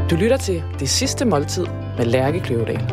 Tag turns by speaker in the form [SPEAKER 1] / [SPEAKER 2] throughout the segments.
[SPEAKER 1] Du lytter til Det Sidste Måltid med Lærke Kløvedal.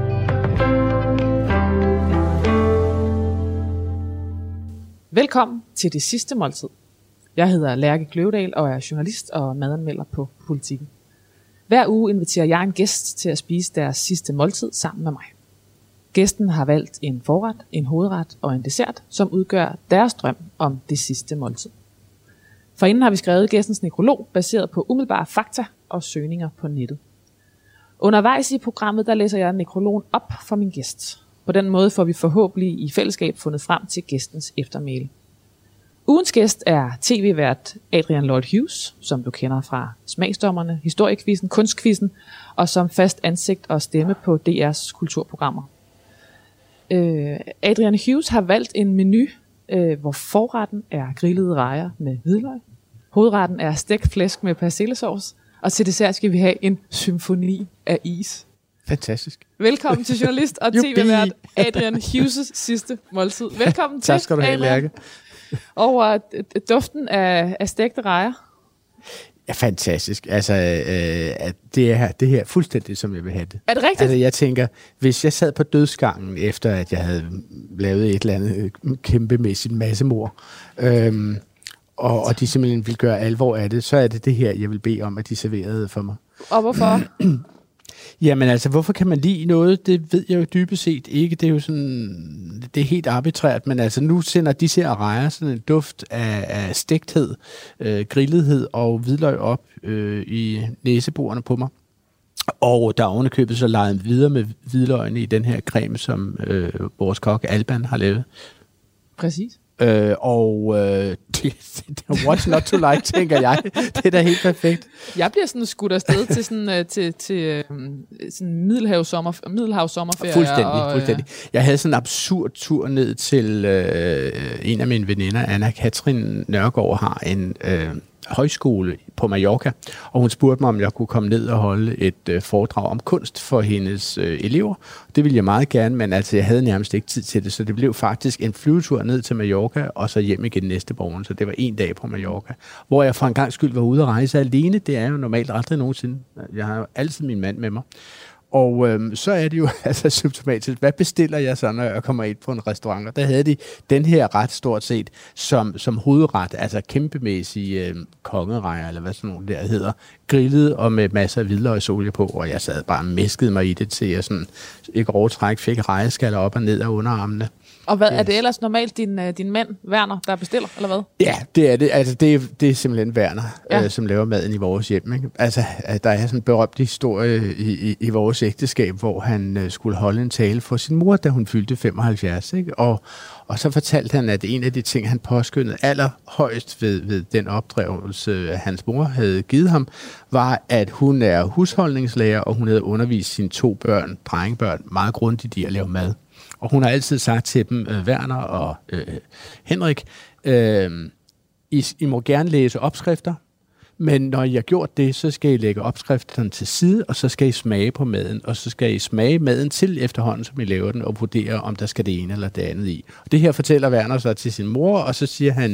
[SPEAKER 1] Velkommen til Det Sidste Måltid. Jeg hedder Lærke Kløvedal og er journalist og madanmelder på Politiken. Hver uge inviterer jeg en gæst til at spise deres sidste måltid sammen med mig. Gæsten har valgt en forret, en hovedret og en dessert, som udgør deres drøm om det sidste måltid. Forinden har vi skrevet gæstens nekrolog, baseret på umiddelbare fakta og søgninger på nettet. Undervejs i programmet, der læser jeg nekrologen op for min gæst. På den måde får vi forhåbentlig i fællesskab fundet frem til gæstens eftermæle. Ugens gæst er tv-vært Adrian Lloyd Hughes, som du kender fra Smagsdommerne, Historiekvizzen, Kunstkvizzen og som fast ansigt og stemme på DR's kulturprogrammer. Adrian Hughes har valgt en menu, hvor forretten er grillede rejer med hvidløg, hovedretten er stegt flæsk med persillesauce, og til dessert skal vi have en symfoni af is.
[SPEAKER 2] Fantastisk.
[SPEAKER 1] Velkommen til journalist og tv-vært Adrian Hughes' sidste måltid. Velkommen til,
[SPEAKER 2] tak skal du have, Lærke.
[SPEAKER 1] Over duften af stegte rejer.
[SPEAKER 2] Ja, fantastisk. Altså, det her fuldstændig, som jeg vil have det.
[SPEAKER 1] Er det rigtigt?
[SPEAKER 2] Altså, jeg tænker, hvis jeg sad på dødsgangen, efter at jeg havde lavet et eller andet kæmpemæssigt massemord, og de simpelthen vil gøre alvor af det, så er det her, jeg vil bede om, at de serverede for mig.
[SPEAKER 1] Og hvorfor?
[SPEAKER 2] Jamen altså, hvorfor kan man lide noget? Det ved jeg jo dybest set ikke. Det er jo sådan, det er helt arbitrært, men altså nu sender de her rejer sådan en duft af stegthed, grillethed og hvidløg op i næseborene på mig. Og der er ovenikøbet så leget videre med hvidløgene i den her creme, som vores kok Alban har lavet.
[SPEAKER 1] Præcis.
[SPEAKER 2] What's not to like, tænker jeg. Det er da helt perfekt.
[SPEAKER 1] Jeg bliver sådan skudt afsted til sådan sådan middelhavssommerferie.
[SPEAKER 2] Fuldstændig. Jeg havde sådan en absurd tur ned til en af mine veninder, Anna-Katrin Nørgaard, har en højskole på Mallorca, og hun spurgte mig, om jeg kunne komme ned og holde et foredrag om kunst for hendes elever. Det ville jeg meget gerne, men altså, jeg havde nærmest ikke tid til det, så det blev faktisk en flyvetur ned til Mallorca, og så hjem igen næste morgen, så det var 1 dag på Mallorca, hvor jeg for en gang skyld var ude at rejse alene. Det er jo normalt aldrig nogensinde. Jeg har jo altid min mand med mig. Og så er det jo altså symptomatisk. Hvad bestiller jeg så, når jeg kommer ind på en restaurant? Og der havde de den her ret stort set som hovedret, altså kæmpemæssige kongerejer, eller hvad sådan nogle der hedder, grillet og med masser af hvidløgsolie på, og jeg sad bare og mæskede mig i det, til jeg sådan ikke overtræk fik rejeskaller op og ned af underarmene.
[SPEAKER 1] Og hvad er det ellers normalt din mand, Werner, der bestiller, eller hvad?
[SPEAKER 2] Ja, det er det. Altså, det er simpelthen Werner, som laver maden i vores hjem. Ikke? Altså, der er sådan en berømt historie i vores ægteskab, hvor han skulle holde en tale for sin mor, da hun fyldte 75. Ikke? Og så fortalte han, at en af de ting, han påskyndede allerhøjst ved den opdragelse, hans mor havde givet ham, var, at hun er husholdningslærer, og hun havde undervist sine 2 drengebørn, meget grundigt i at lave mad. Og hun har altid sagt til dem, Werner og Henrik, I må gerne læse opskrifter, men når I har gjort det, så skal I lægge opskrifterne til side, og så skal I smage på maden, og så skal I smage maden til efterhånden, som I laver den, og vurdere, om der skal det ene eller det andet i. Og det her fortæller Werner så til sin mor, og så siger han,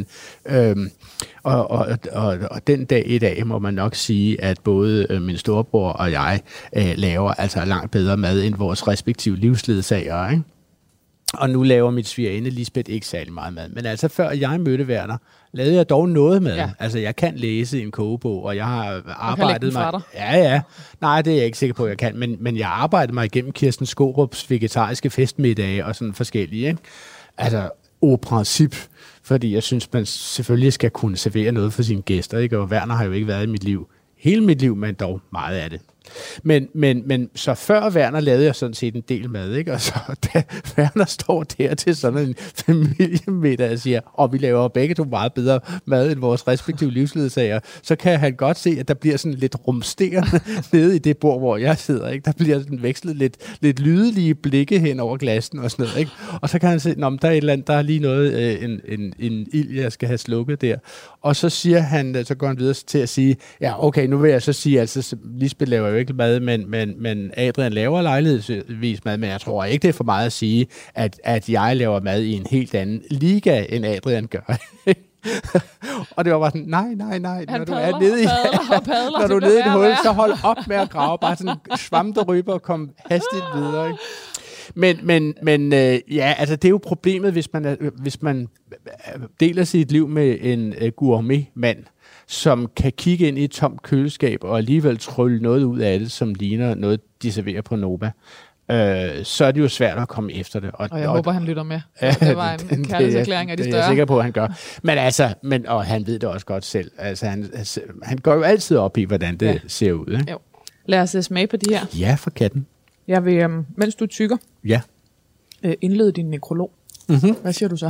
[SPEAKER 2] og den dag i dag må man nok sige, at både min storebror og jeg laver altså langt bedre mad end vores respektive livsledsager, ikke? Og nu laver mit svigerinde Lisbeth ikke særlig meget mad. Men altså før jeg mødte Werner, lavede jeg dog noget mad. Ja. Altså jeg kan læse en kogebog, og jeg har arbejdet mig... Ja. Nej, det er jeg ikke sikker på, at jeg kan. Men jeg arbejdede mig igennem Kirsten Skårups vegetariske festmiddage og sådan forskellige. Ikke? Altså au princip, fordi jeg synes, man selvfølgelig skal kunne servere noget for sine gæster. Ikke? Og Werner har jo ikke været i mit liv. Hele mit liv, men dog meget af det. Men så før Werner lavede jeg sådan set en del mad, ikke? Og så da Werner står der til sådan en familiemiddag og siger, og vi laver begge 2 meget bedre mad end vores respektive livsledsager, så kan han godt se, at der bliver sådan lidt rumsterende nede i det bord, hvor jeg sidder, ikke? Der bliver sådan vekslet lidt lydelige blikke hen over glassen og sådan noget, ikke? Og så kan han se, der er et eller andet, der er lige noget, en ild, jeg skal have slukket der. Og så siger han, så går han videre til at sige, ja, okay, nu vil jeg så sige, altså Lisbeth laver jo ikke mad, men Adrian laver lejlighedsvis mad, men jeg tror ikke, det er for meget at sige, at jeg laver mad i en helt anden liga, end Adrian gør. Og det var bare sådan, nej.
[SPEAKER 1] Han
[SPEAKER 2] Når du er nede i,
[SPEAKER 1] padler,
[SPEAKER 2] når du er nede i et hul, så hold op med at grave. Bare sådan svamte ryber og kom hastigt videre. Ikke? Men altså det er jo problemet, hvis man deler sit liv med en gourmet-mand, som kan kigge ind i et tomt køleskab og alligevel trylle noget ud af det, som ligner noget, de serverer på Nova. Så er det jo svært at komme efter det.
[SPEAKER 1] Og jeg håber, han lytter med. Det var en kærlighedserklæring af de større.
[SPEAKER 2] Det er jeg sikker på, at han gør. Og han ved det også godt selv. Altså, han går jo altid op i, hvordan det ser ud. Ikke?
[SPEAKER 1] Jo. Lad os smage på de her.
[SPEAKER 2] Ja, for katten.
[SPEAKER 1] Jeg vil, mens du tykker, indlede din nekrolog.
[SPEAKER 2] Mm-hmm.
[SPEAKER 1] Hvad siger du så?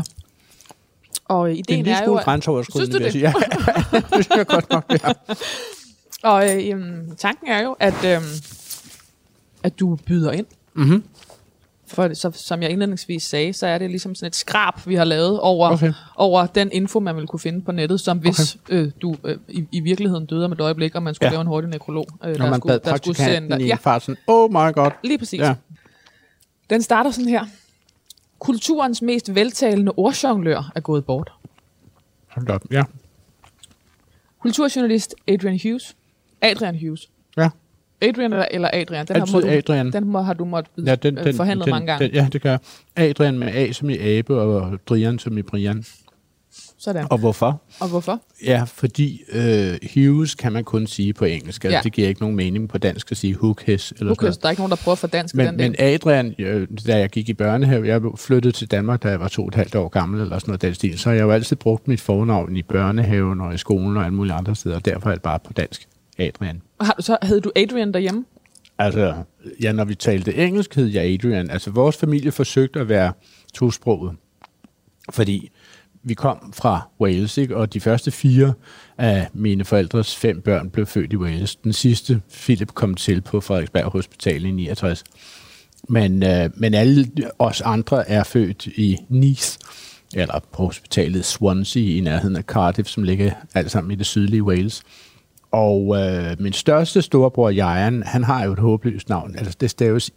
[SPEAKER 1] Og ideen
[SPEAKER 2] det er en lille smule grænseoverskridende, vil jeg sige. Det synes jeg godt nok, ja.
[SPEAKER 1] Og tanken er jo, at du byder ind.
[SPEAKER 2] Mm-hmm.
[SPEAKER 1] For så, som jeg indledningsvis sagde, så er det ligesom sådan et skrab, vi har lavet over den info, man vil kunne finde på nettet, som hvis du i virkeligheden døde om et øjeblik, og man skulle lave en hurtig nekrolog.
[SPEAKER 2] Når man bad praktikanten i en fart sådan, oh my god.
[SPEAKER 1] Lige præcis. Ja. Den starter sådan her. Kulturens mest veltalende ordjonglør er gået bort.
[SPEAKER 2] Hold op, ja.
[SPEAKER 1] Kulturjournalist Adrian Hughes.
[SPEAKER 2] Ja.
[SPEAKER 1] Adrian eller Adrian? Den har du måttet forhandle mange gange.
[SPEAKER 2] Ja, det gør Adrian med A som i abe, og Brian som i Brian.
[SPEAKER 1] Sådan.
[SPEAKER 2] Og hvorfor? Ja, fordi Hughes kan man kun sige på engelsk. Altså, det giver ikke nogen mening på dansk at sige Hughes. Eller
[SPEAKER 1] Hughes, der er ikke nogen, der prøver for dansk.
[SPEAKER 2] Men Adrian, da jeg gik i børnehave, jeg flyttede til Danmark, da jeg var 2,5 år gammel, eller sådan noget den stil, så har jeg jo altid brugt mit fornavn i børnehaven og i skolen og alle mulige andre steder, og derfor er det bare på dansk. Adrian.
[SPEAKER 1] Så hed du Adrian derhjemme?
[SPEAKER 2] Altså, ja, når vi talte engelsk, hed jeg Adrian. Altså, vores familie forsøgte at være tosproget, fordi vi kom fra Wales, ikke? Og de første 4 af mine forældres 5 børn blev født i Wales. Den sidste, Philip, kom til på Frederiksberg Hospital i 69. Men alle os andre er født i Nice, eller på hospitalet Swansea i nærheden af Cardiff, som ligger alt sammen i det sydlige Wales. Og min største storebror, Jan, han har jo et håbløst navn. Altså, det staves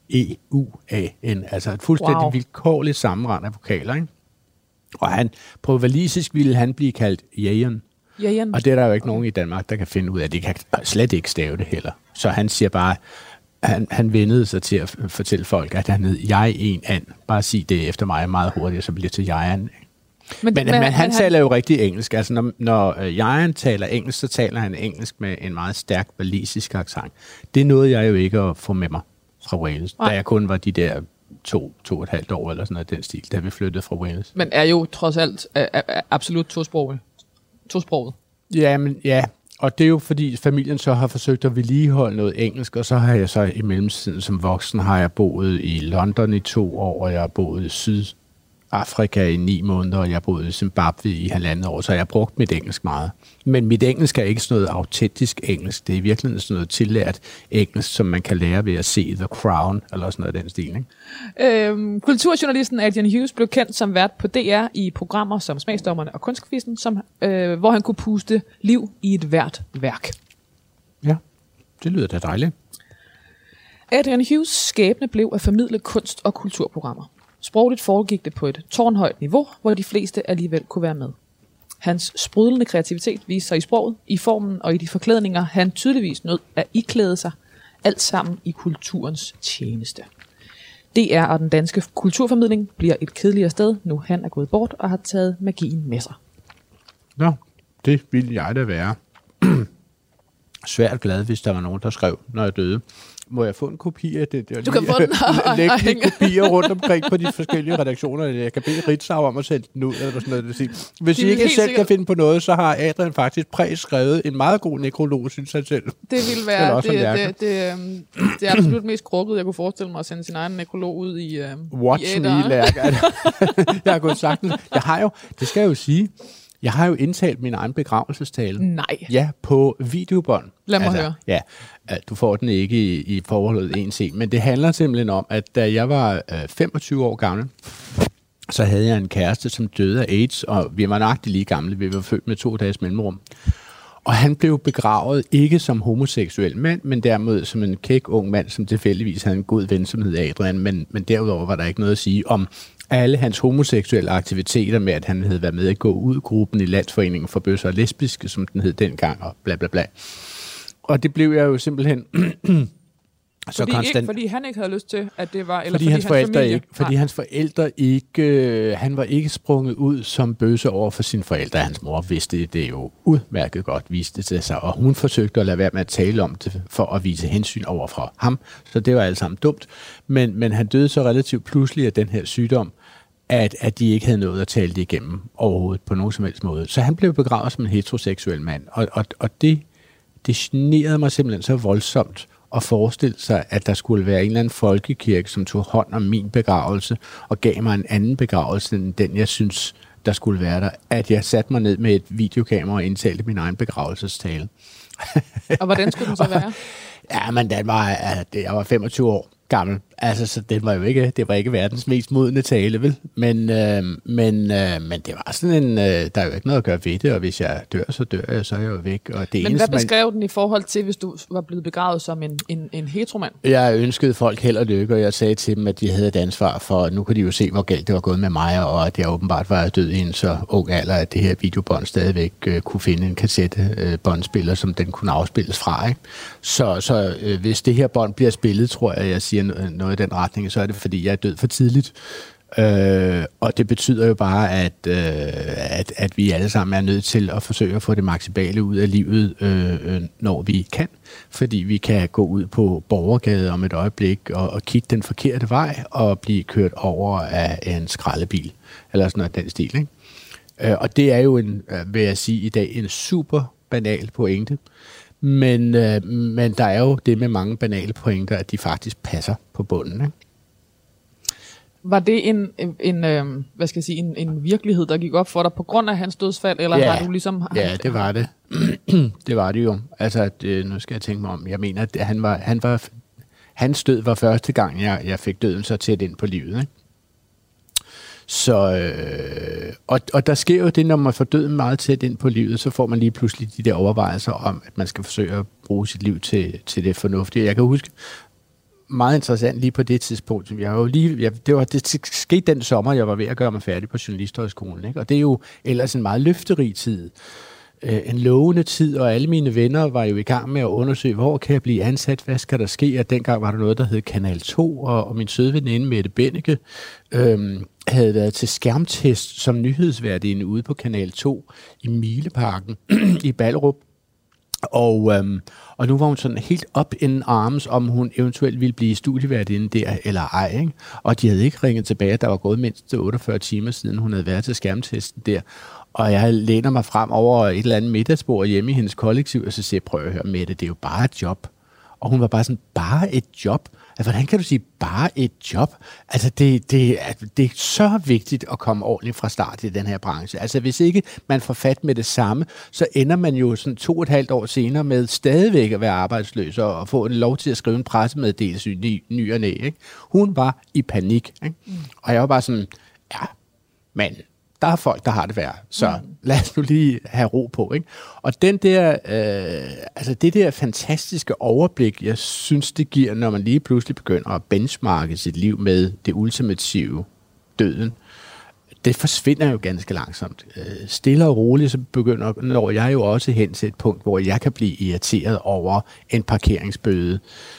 [SPEAKER 2] I-E-U-A-N. Altså et fuldstændig vilkårligt sammenrend af vokaler, ikke? Og på walisisk ville han blive kaldt Jajan. Og det er der jo ikke nogen i Danmark, der kan finde ud af. De kan slet ikke stave det heller. Så han siger bare, han vendede sig til at fortælle folk, at han hed Jeg-En-An. Bare sig det efter mig meget hurtigt, så bliver det til Jajan. Men han taler jo rigtig engelsk. Altså, når Jajan taler engelsk, så taler han engelsk med en meget stærk walisisk accent. Det er noget, jeg jo ikke at få med mig fra Wales, da jeg kun var de der 2,5 år eller sådan noget den stil, da vi flyttede fra Wales.
[SPEAKER 1] Men er jo trods alt absolut tosproget.
[SPEAKER 2] Ja, og det er jo fordi familien så har forsøgt at vedligeholde noget engelsk, og så har jeg så i mellemtiden som voksen, har jeg boet i London i 2 år, og jeg har boet i Sydafrika i 9 måneder, og jeg har boet i Zimbabwe i 1,5 år, så jeg har brugt mit engelsk meget. Men mit engelsk er ikke sådan noget autentisk engelsk, det er i virkeligheden sådan noget tillært engelsk, som man kan lære ved at se The Crown, eller sådan noget af den stil, ikke?
[SPEAKER 1] Kulturjournalisten Adrian Hughes blev kendt som vært på DR i programmer som Smagsdommerne og Kunstquizzen, hvor han kunne puste liv i et hvert værk.
[SPEAKER 2] Ja, det lyder da dejligt.
[SPEAKER 1] Adrian Hughes skæbne blev at formidle kunst- og kulturprogrammer. Sprogligt foregik det på et tårnhøjt niveau, hvor de fleste alligevel kunne være med. Hans sprudlende kreativitet viste sig i sproget, i formen og i de forklædninger, han tydeligvis nød at iklæde sig, alt sammen i kulturens tjeneste. DR og den danske kulturformidling bliver et kedeligere sted, nu han er gået bort og har taget magien med sig.
[SPEAKER 2] Nå, det ville jeg da være. Svært glad, hvis der var nogen, der skrev, når jeg døde. Må jeg få en kopi af det?
[SPEAKER 1] Du kan få den.
[SPEAKER 2] Lægge kopier rundt omkring på de forskellige redaktioner. Jeg kan bede Ritzau om at sende den ud. Eller sådan noget. Hvis I ikke selv kan finde på noget, så har Adrian faktisk præskrevet en meget god nekrolog, synes han selv.
[SPEAKER 1] Det ville være det er absolut mest krukket, jeg kunne forestille mig at sende sin egen nekrolog ud i
[SPEAKER 2] Watch me, Lærke. Jeg har gået sagt det skal jeg jo sige, jeg har jo indtalt min egen begravelsestale.
[SPEAKER 1] Nej.
[SPEAKER 2] Ja, på videobånd.
[SPEAKER 1] Lad mig høre.
[SPEAKER 2] Ja, du får den ikke i forholdet 1C, men det handler simpelthen om, at da jeg var 25 år gammel, så havde jeg en kæreste, som døde af AIDS, og vi var nøjagtigt lige gamle. Vi var født med 2 dages mellemrum. Og han blev begravet ikke som homoseksuel mand, men derimod som en kæk ung mand, som tilfældigvis havde en god ven, som hed Adrian, men derudover var der ikke noget at sige om alle hans homoseksuelle aktiviteter med, at han havde været med at gå ud gruppen i Landsforeningen for Bøsser og Lesbiske, som den hed dengang, og bla bla bla. Og det blev jeg jo simpelthen så konstant.
[SPEAKER 1] Fordi han ikke havde lyst til, at det var, eller
[SPEAKER 2] fordi hans forældre ikke, fordi hans forældre ikke, han var ikke sprunget ud som bøsse over for sine forældre. Hans mor vidste det jo udmærket godt, viste det til sig, og hun forsøgte at lade være med at tale om det, for at vise hensyn over for ham. Så det var alt sammen dumt. Men han døde så relativt pludselig af den her sygdom, at de ikke havde nået at tale det igennem overhovedet på nogen som helst måde. Så han blev begravet som en heteroseksuel mand, og det generede mig simpelthen så voldsomt at forestille sig, at der skulle være en eller anden folkekirke, som tog hånd om min begravelse og gav mig en anden begravelse end den, jeg synes, der skulle være der. At jeg satte mig ned med et videokamera og indtalte min egen begravelsestale.
[SPEAKER 1] Og hvordan skulle den så være?
[SPEAKER 2] Ja, men jeg var 25 år gammel. Altså, så det var ikke verdens mest modne tale, vel? Men det var sådan en, der er jo ikke noget at gøre ved det, og hvis jeg dør, så dør jeg, så er jeg jo væk. Og det
[SPEAKER 1] men eneste, hvad beskrev den i forhold til, hvis du var blevet begravet som en heteromand? Jeg
[SPEAKER 2] ønskede folk held og lykke, og jeg sagde til dem, at de havde et ansvar for, nu kan de jo se, hvor galt det var gået med mig, og at jeg åbenbart var død i en så ung alder, at det her videobånd stadigvæk kunne finde en kassettebåndspiller, som den kunne afspilles fra. Ikke? Så hvis det her bånd bliver spillet, tror jeg siger noget i den retning, så er det, fordi jeg er død for tidligt. Og det betyder jo bare, at vi alle sammen er nødt til at forsøge at få det maksimale ud af livet, når vi kan. Fordi vi kan gå ud på Borgergade om et øjeblik og kigge den forkerte vej og blive kørt over af en skraldebil. Eller sådan noget den stil. Ikke? Og det er jo, vil jeg sige i dag, en super banal pointe. Men der er jo det med mange banale pointer, at de faktisk passer på bunden. Ikke?
[SPEAKER 1] Var det en virkelighed, der gik op for dig på grund af hans dødsfald, eller har du ligesom...
[SPEAKER 2] Ja, det var det. Det var det jo. Altså, nu skal jeg tænke mig om. Jeg mener, at hans død var første gang, jeg fik døden så tæt ind på livet, ikke? Så, og der sker jo det, når man får døden meget tæt ind på livet, så får man lige pludselig de der overvejelser om, at man skal forsøge at bruge sit liv til det fornuftige. Jeg kan huske, meget interessant lige på det tidspunkt, det skete den sommer, jeg var ved at gøre mig færdig på Journalisthøjskolen, ikke? Og det er jo ellers en meget løfterig tid. En lovende tid, og alle mine venner var jo i gang med at undersøge, hvor kan jeg blive ansat, hvad skal der ske, og dengang var der noget, der hed Kanal 2, og min søde veninde Mette Benneke havde været til skærmtest som nyhedsværtinde ude på Kanal 2 i Mileparken i Ballerup. Og nu var hun sådan helt up in arms, om hun eventuelt ville blive studieværtinde der eller ej. Ikke? Og de havde ikke ringet tilbage, der var gået mindst 48 timer siden, hun havde været til skærmtesten der. Og jeg læner mig frem over et eller andet middagsbord hjemme i hendes kollektiv, og så siger jeg, prøv at høre, Mette, det er jo bare et job. Og hun var bare sådan, bare et job? Altså, hvordan kan du sige, bare et job? Altså, det er så vigtigt at komme ordentligt fra start i den her branche. Altså, hvis ikke man får fat med det samme, så ender man jo sådan 2,5 år senere med stadigvæk at være arbejdsløs og få en lov til at skrive en pressemeddelelse i ny og næ, ikke? Hun var i panik, ikke? Og jeg var bare sådan, ja, men der er folk, der har det værd, så lad os nu lige have ro på, ikke? Og den der, det der fantastiske overblik, jeg synes, det giver, når man lige pludselig begynder at benchmarke sit liv med det ultimative, døden, det forsvinder jo ganske langsomt. Stille og roligt, så når jeg jo også hen til et punkt, hvor jeg kan blive irriteret over en parkeringsbøde,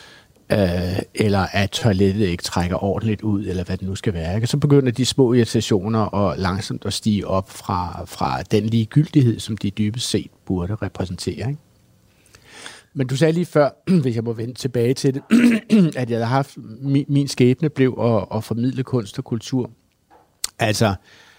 [SPEAKER 2] eller at toilettet ikke trækker ordentligt ud, eller hvad det nu skal være. Ikke? Så begynder de små irritationer og langsomt at stige op fra den ligegyldighed, som de dybest set burde repræsentere. Ikke? Men du sagde lige før, hvis jeg må vende tilbage til det, at jeg havde haft min skæbne blev at formidle kunst og kultur. Altså,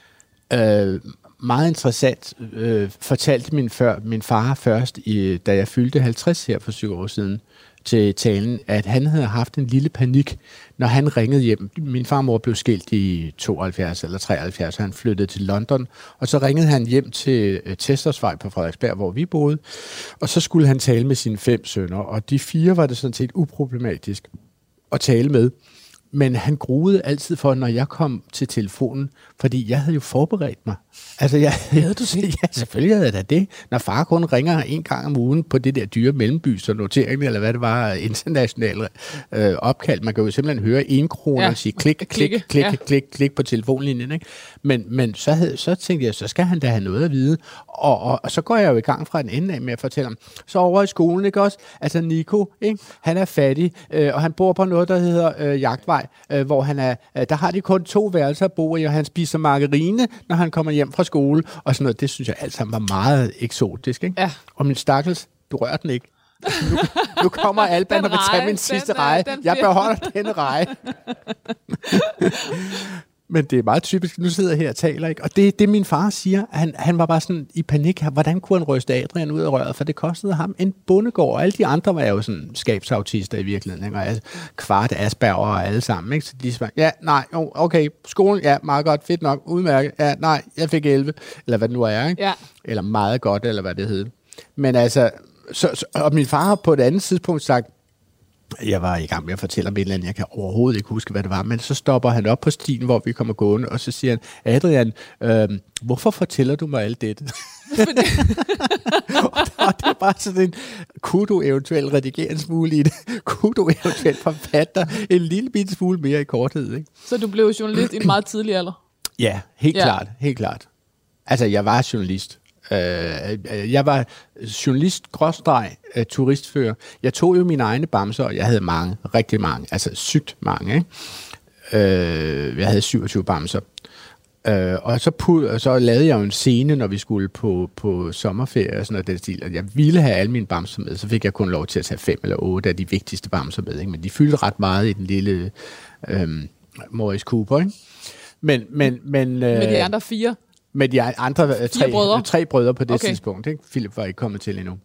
[SPEAKER 2] meget interessant fortalte min far først, da jeg fyldte 50 her for 7 år siden, til talen, at han havde haft en lille panik, når han ringede hjem. Min farmor blev skilt i 72 eller 73, så han flyttede til London, og så ringede han hjem til Testersvej på Frederiksberg, hvor vi boede, og så skulle han tale med sine 5 sønner, og de 4 var det sådan set uproblematisk at tale med. Men han gruede altid for, når jeg kom til telefonen, fordi jeg havde jo forberedt mig. Altså,
[SPEAKER 1] havde du det?
[SPEAKER 2] Ja, selvfølgelig havde jeg da det. Når far kun ringer en gang om ugen på det der dyre mellembys og notering, eller hvad det var, internationale opkald. Man kan jo simpelthen høre 1 kroner og sige klik på telefonlinjen. Ikke? Men så tænkte jeg, så skal han da have noget at vide. Og så går jeg jo i gang fra en ende af med at fortælle ham. Så over i skolen, ikke også? Altså Nico, ikke? Han er fattig, og han bor på noget, der hedder Jagtvej, hvor der har de kun 2 værelser at bo i, og han spiser margarine, når han kommer hjem fra skole, og sådan noget. Det synes jeg alt sammen var meget eksotisk, ikke?
[SPEAKER 1] Ja.
[SPEAKER 2] Og min stakkels, du rører den ikke. Nu kommer Alban og vil tage min sidste reje. Jeg beholder denne reje. Men det er meget typisk, nu sidder jeg her og taler, ikke? Og det min far siger, han var bare sådan i panik her. Hvordan kunne han ryste Adrian ud af røret? For det kostede ham en bondegård, og alle de andre var jo sådan skabsautister i virkeligheden, ikke? Og kvart Asperger og alle sammen, ikke? Så de sagde, ja, nej, okay, skolen, ja, meget godt, fedt nok, udmærket, ja, nej, jeg fik 11, eller hvad det nu er, ikke?
[SPEAKER 1] Ja.
[SPEAKER 2] Eller meget godt, eller hvad det hed. Men altså, og min far har på et andet tidspunkt sagt, jeg var i gang med at fortælle om et eller andet, jeg kan overhovedet ikke huske, hvad det var, men så stopper han op på stien, hvor vi kommer gående, og så siger han, Adrian, hvorfor fortæller du mig alt dette? og det er bare sådan en, kunne du eventuelt redigere en smule i det? Kunne du eventuelt forfatte en lille bitte smule mere i korthed? Ikke?
[SPEAKER 1] Så du blev journalist i en meget tidlig alder?
[SPEAKER 2] Ja, helt klart. Altså, jeg var journalist. Jeg var journalist, turistfører. Jeg tog jo mine egne bamser, og jeg havde mange, rigtig mange, altså sygt mange. Ikke? Jeg havde 27 bamser. Og så lavede jeg jo en scene, når vi skulle på sommerferie og sådan noget den stil. Jeg ville have alle mine bamser med, så fik jeg kun lov til at tage 5 eller 8 af de vigtigste bamser med. Ikke? Men de fyldte ret meget i den lille Morris Cooper. Ikke? Men
[SPEAKER 1] med de andre 4?
[SPEAKER 2] Med de andre 3 brødre på det tidspunkt. Ikke? Philip var ikke kommet til endnu.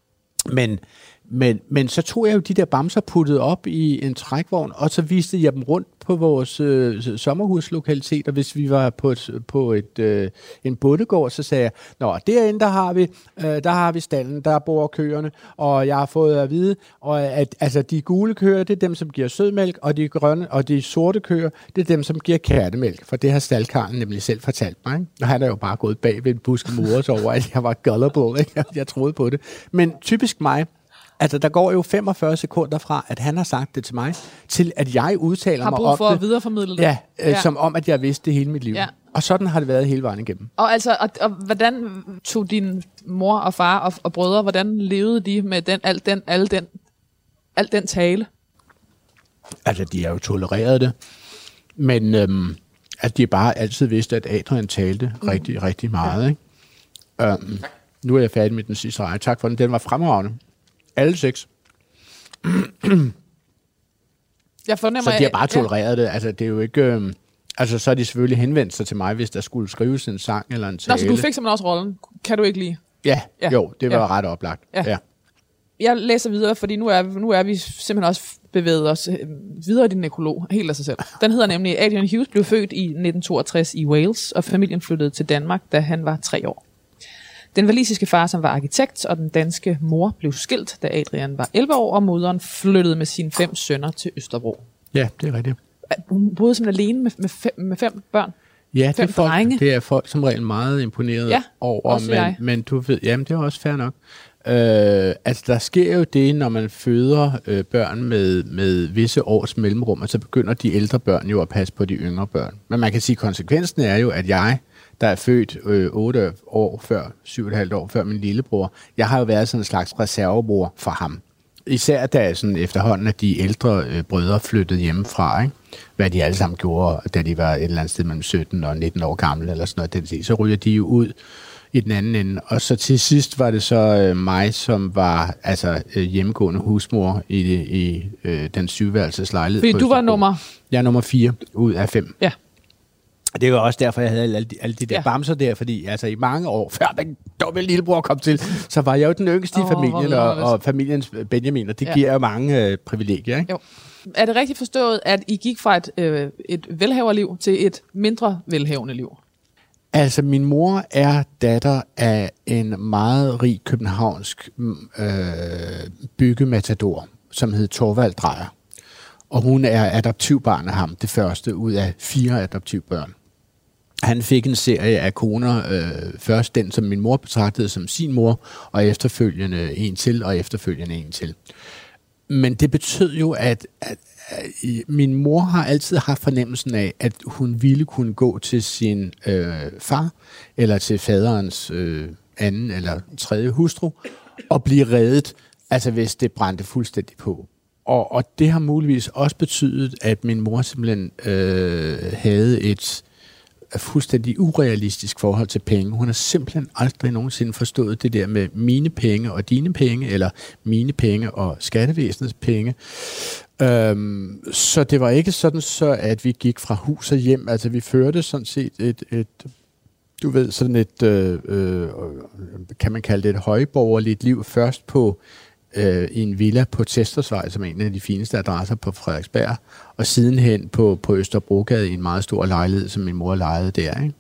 [SPEAKER 2] Men så tog jeg jo de der bamser puttet op i en trækvogn, og så viste jeg dem rundt på vores sommerhuslokalitet, og hvis vi var på en bondegård, så sagde jeg, nå, derinde der har vi stallen, der bor køerne, og jeg har fået at vide, at altså, de gule køer, det er dem, som giver sødmælk, og de grønne og de sorte køer, det er dem, som giver kærtemælk, for det har staldkarlen nemlig selv fortalt mig. Ikke? Og han er jo bare gået bag ved en buske mures over, at jeg var gullible, ikke? Jeg troede på det. Men typisk mig, altså, der går jo 45 sekunder fra, at han har sagt det til mig, til at jeg udtaler mig om det. Har brug for
[SPEAKER 1] at videreformidle det.
[SPEAKER 2] Ja, som om, at jeg vidste det hele mit liv. Ja. Og sådan har det været hele vejen igennem.
[SPEAKER 1] Og altså, og hvordan tog din mor og far og brødre, hvordan levede de med al den tale?
[SPEAKER 2] Altså, de har jo tolereret det, men at de bare altid vidste, at Adrian talte rigtig, rigtig meget. Ikke? Nu er jeg færdig med den sidste række. Tak for den. Den var fremragende. Alle 6.
[SPEAKER 1] Jeg fornemmer,
[SPEAKER 2] så de har bare tolereret det. Altså, det er jo ikke... altså, så har de selvfølgelig henvendt sig til mig, hvis der skulle skrives en sang eller en tale.
[SPEAKER 1] Nå, så du fik simpelthen også rollen. Kan du ikke lide?
[SPEAKER 2] Ja. Jo, det var ret oplagt. Ja.
[SPEAKER 1] Jeg læser videre, fordi nu er vi simpelthen også bevæget os videre i din nekrolog, helt af sig selv. Den hedder nemlig, Adrian Hughes blev født i 1962 i Wales, og familien flyttede til Danmark, da han var 3 år. Den walisiske far, som var arkitekt, og den danske mor blev skilt, da Adrian var 11 år, og moderen flyttede med sine 5 sønner til Østerbro.
[SPEAKER 2] Ja, det er rigtigt.
[SPEAKER 1] Hun boede simpelthen alene med 5 børn.
[SPEAKER 2] Ja, det er folk som regel meget imponeret over, men du ved, jamen det er også fair nok. Altså der sker jo det, når man føder børn med visse års mellemrum, og så begynder de ældre børn jo at passe på de yngre børn. Men man kan sige, at konsekvensen er jo, at jeg, der er født 8 år før, 7,5 år før min lillebror, jeg har jo været sådan en slags reservebror for ham. Især da sådan efterhånden, at de ældre brødre flyttede hjemmefra, ikke? Hvad de alle sammen gjorde, da de var et eller andet sted mellem 17 og 19 år gamle, eller sådan noget. Så ryger de jo ud i den anden ende. Og så til sidst var det så mig, som var hjemmegående husmor i den 7-værelses lejlighed.
[SPEAKER 1] Fordi du var nummer?
[SPEAKER 2] Jeg er nummer 4 ud af 5.
[SPEAKER 1] Ja.
[SPEAKER 2] Og det var også derfor, jeg havde alle de der bamser der, fordi altså i mange år, før den dumme lillebror kom til, så var jeg jo den yngste i familien, og familiens Benjamin, og det giver jo mange privilegier, ikke?
[SPEAKER 1] Jo. Er det rigtigt forstået, at I gik fra et velhaverliv til et mindre velhavende liv?
[SPEAKER 2] Altså, min mor er datter af en meget rig københavnsk byggematador, som hed Thorvald Dreyer. Og hun er adoptivbarn af ham, det første ud af 4 adoptivbørn. Han fik en serie af koner, først den, som min mor betragtede som sin mor, og efterfølgende en til, og efterfølgende en til. Men det betød jo, at min mor har altid haft fornemmelsen af, at hun ville kunne gå til sin far, eller til faderens anden eller tredje hustru, og blive reddet, altså hvis det brændte fuldstændig på. Og det har muligvis også betydet, at min mor simpelthen havde et fuldstændig urealistisk forhold til penge. Hun har simpelthen aldrig nogensinde forstået det der med mine penge og dine penge, eller mine penge og skattevæsenets penge. Så det var ikke sådan, så at vi gik fra hus og hjem. Altså vi førte sådan set et du ved, sådan et, kan man kalde det et højborgerligt liv, først på i en villa på Testersvej, som er en af de fineste adresser på Frederiksberg, og sidenhen på Østerbrogade i en meget stor lejlighed, som min mor lejede der. Ikke?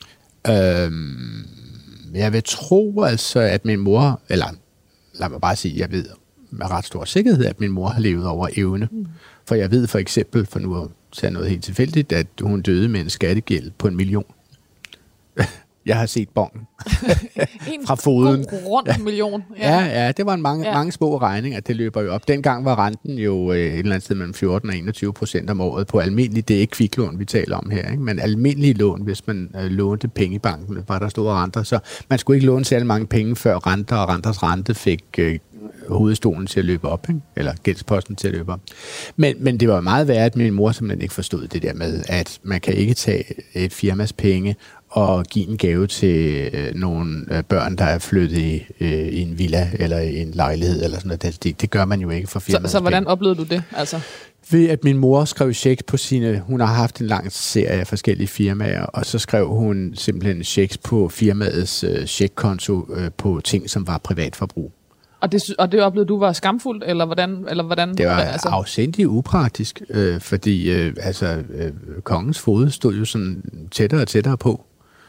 [SPEAKER 2] Jeg vil tro altså, at min mor, eller lad mig bare sige, jeg ved med ret stor sikkerhed, at min mor har levet over evne. For jeg ved for eksempel, for nu at tage noget helt tilfældigt, at hun døde med en skattegæld på 1 million. Jeg har set bongen fra foden.
[SPEAKER 1] Rundt million.
[SPEAKER 2] Ja, det var mange små regninger, det løber jo op. Dengang var renten jo et eller andet sted mellem 14 og 21% om året på almindelige, det er ikke kviklån, vi taler om her, ikke? Men almindelige lån, hvis man lånte penge i banken, var der store renter, så man skulle ikke låne særlig mange penge, før renter og renters rente fik hovedstolen til at løbe op, ikke? Eller gældsposten til at løbe op. Men det var meget værd, at min mor simpelthen ikke forstod det der med, at man kan ikke tage et firmas penge og give en gave til nogle børn, der er flyttet i en villa eller i en lejlighed eller sådan noget. Det gør man jo ikke for firmaets
[SPEAKER 1] Så hvordan
[SPEAKER 2] penge.
[SPEAKER 1] oplevede du det? Altså?
[SPEAKER 2] Ved at min mor skrev checks på sine... Hun har haft en lang serie af forskellige firmaer, og så skrev hun simpelthen checks på firmaets checkkonto på ting, som var privatforbrug.
[SPEAKER 1] Og det oplevede du var skamfuldt, eller hvordan?
[SPEAKER 2] Det var afsindigt upraktisk, fordi kongens fod stod jo sådan tættere og tættere på.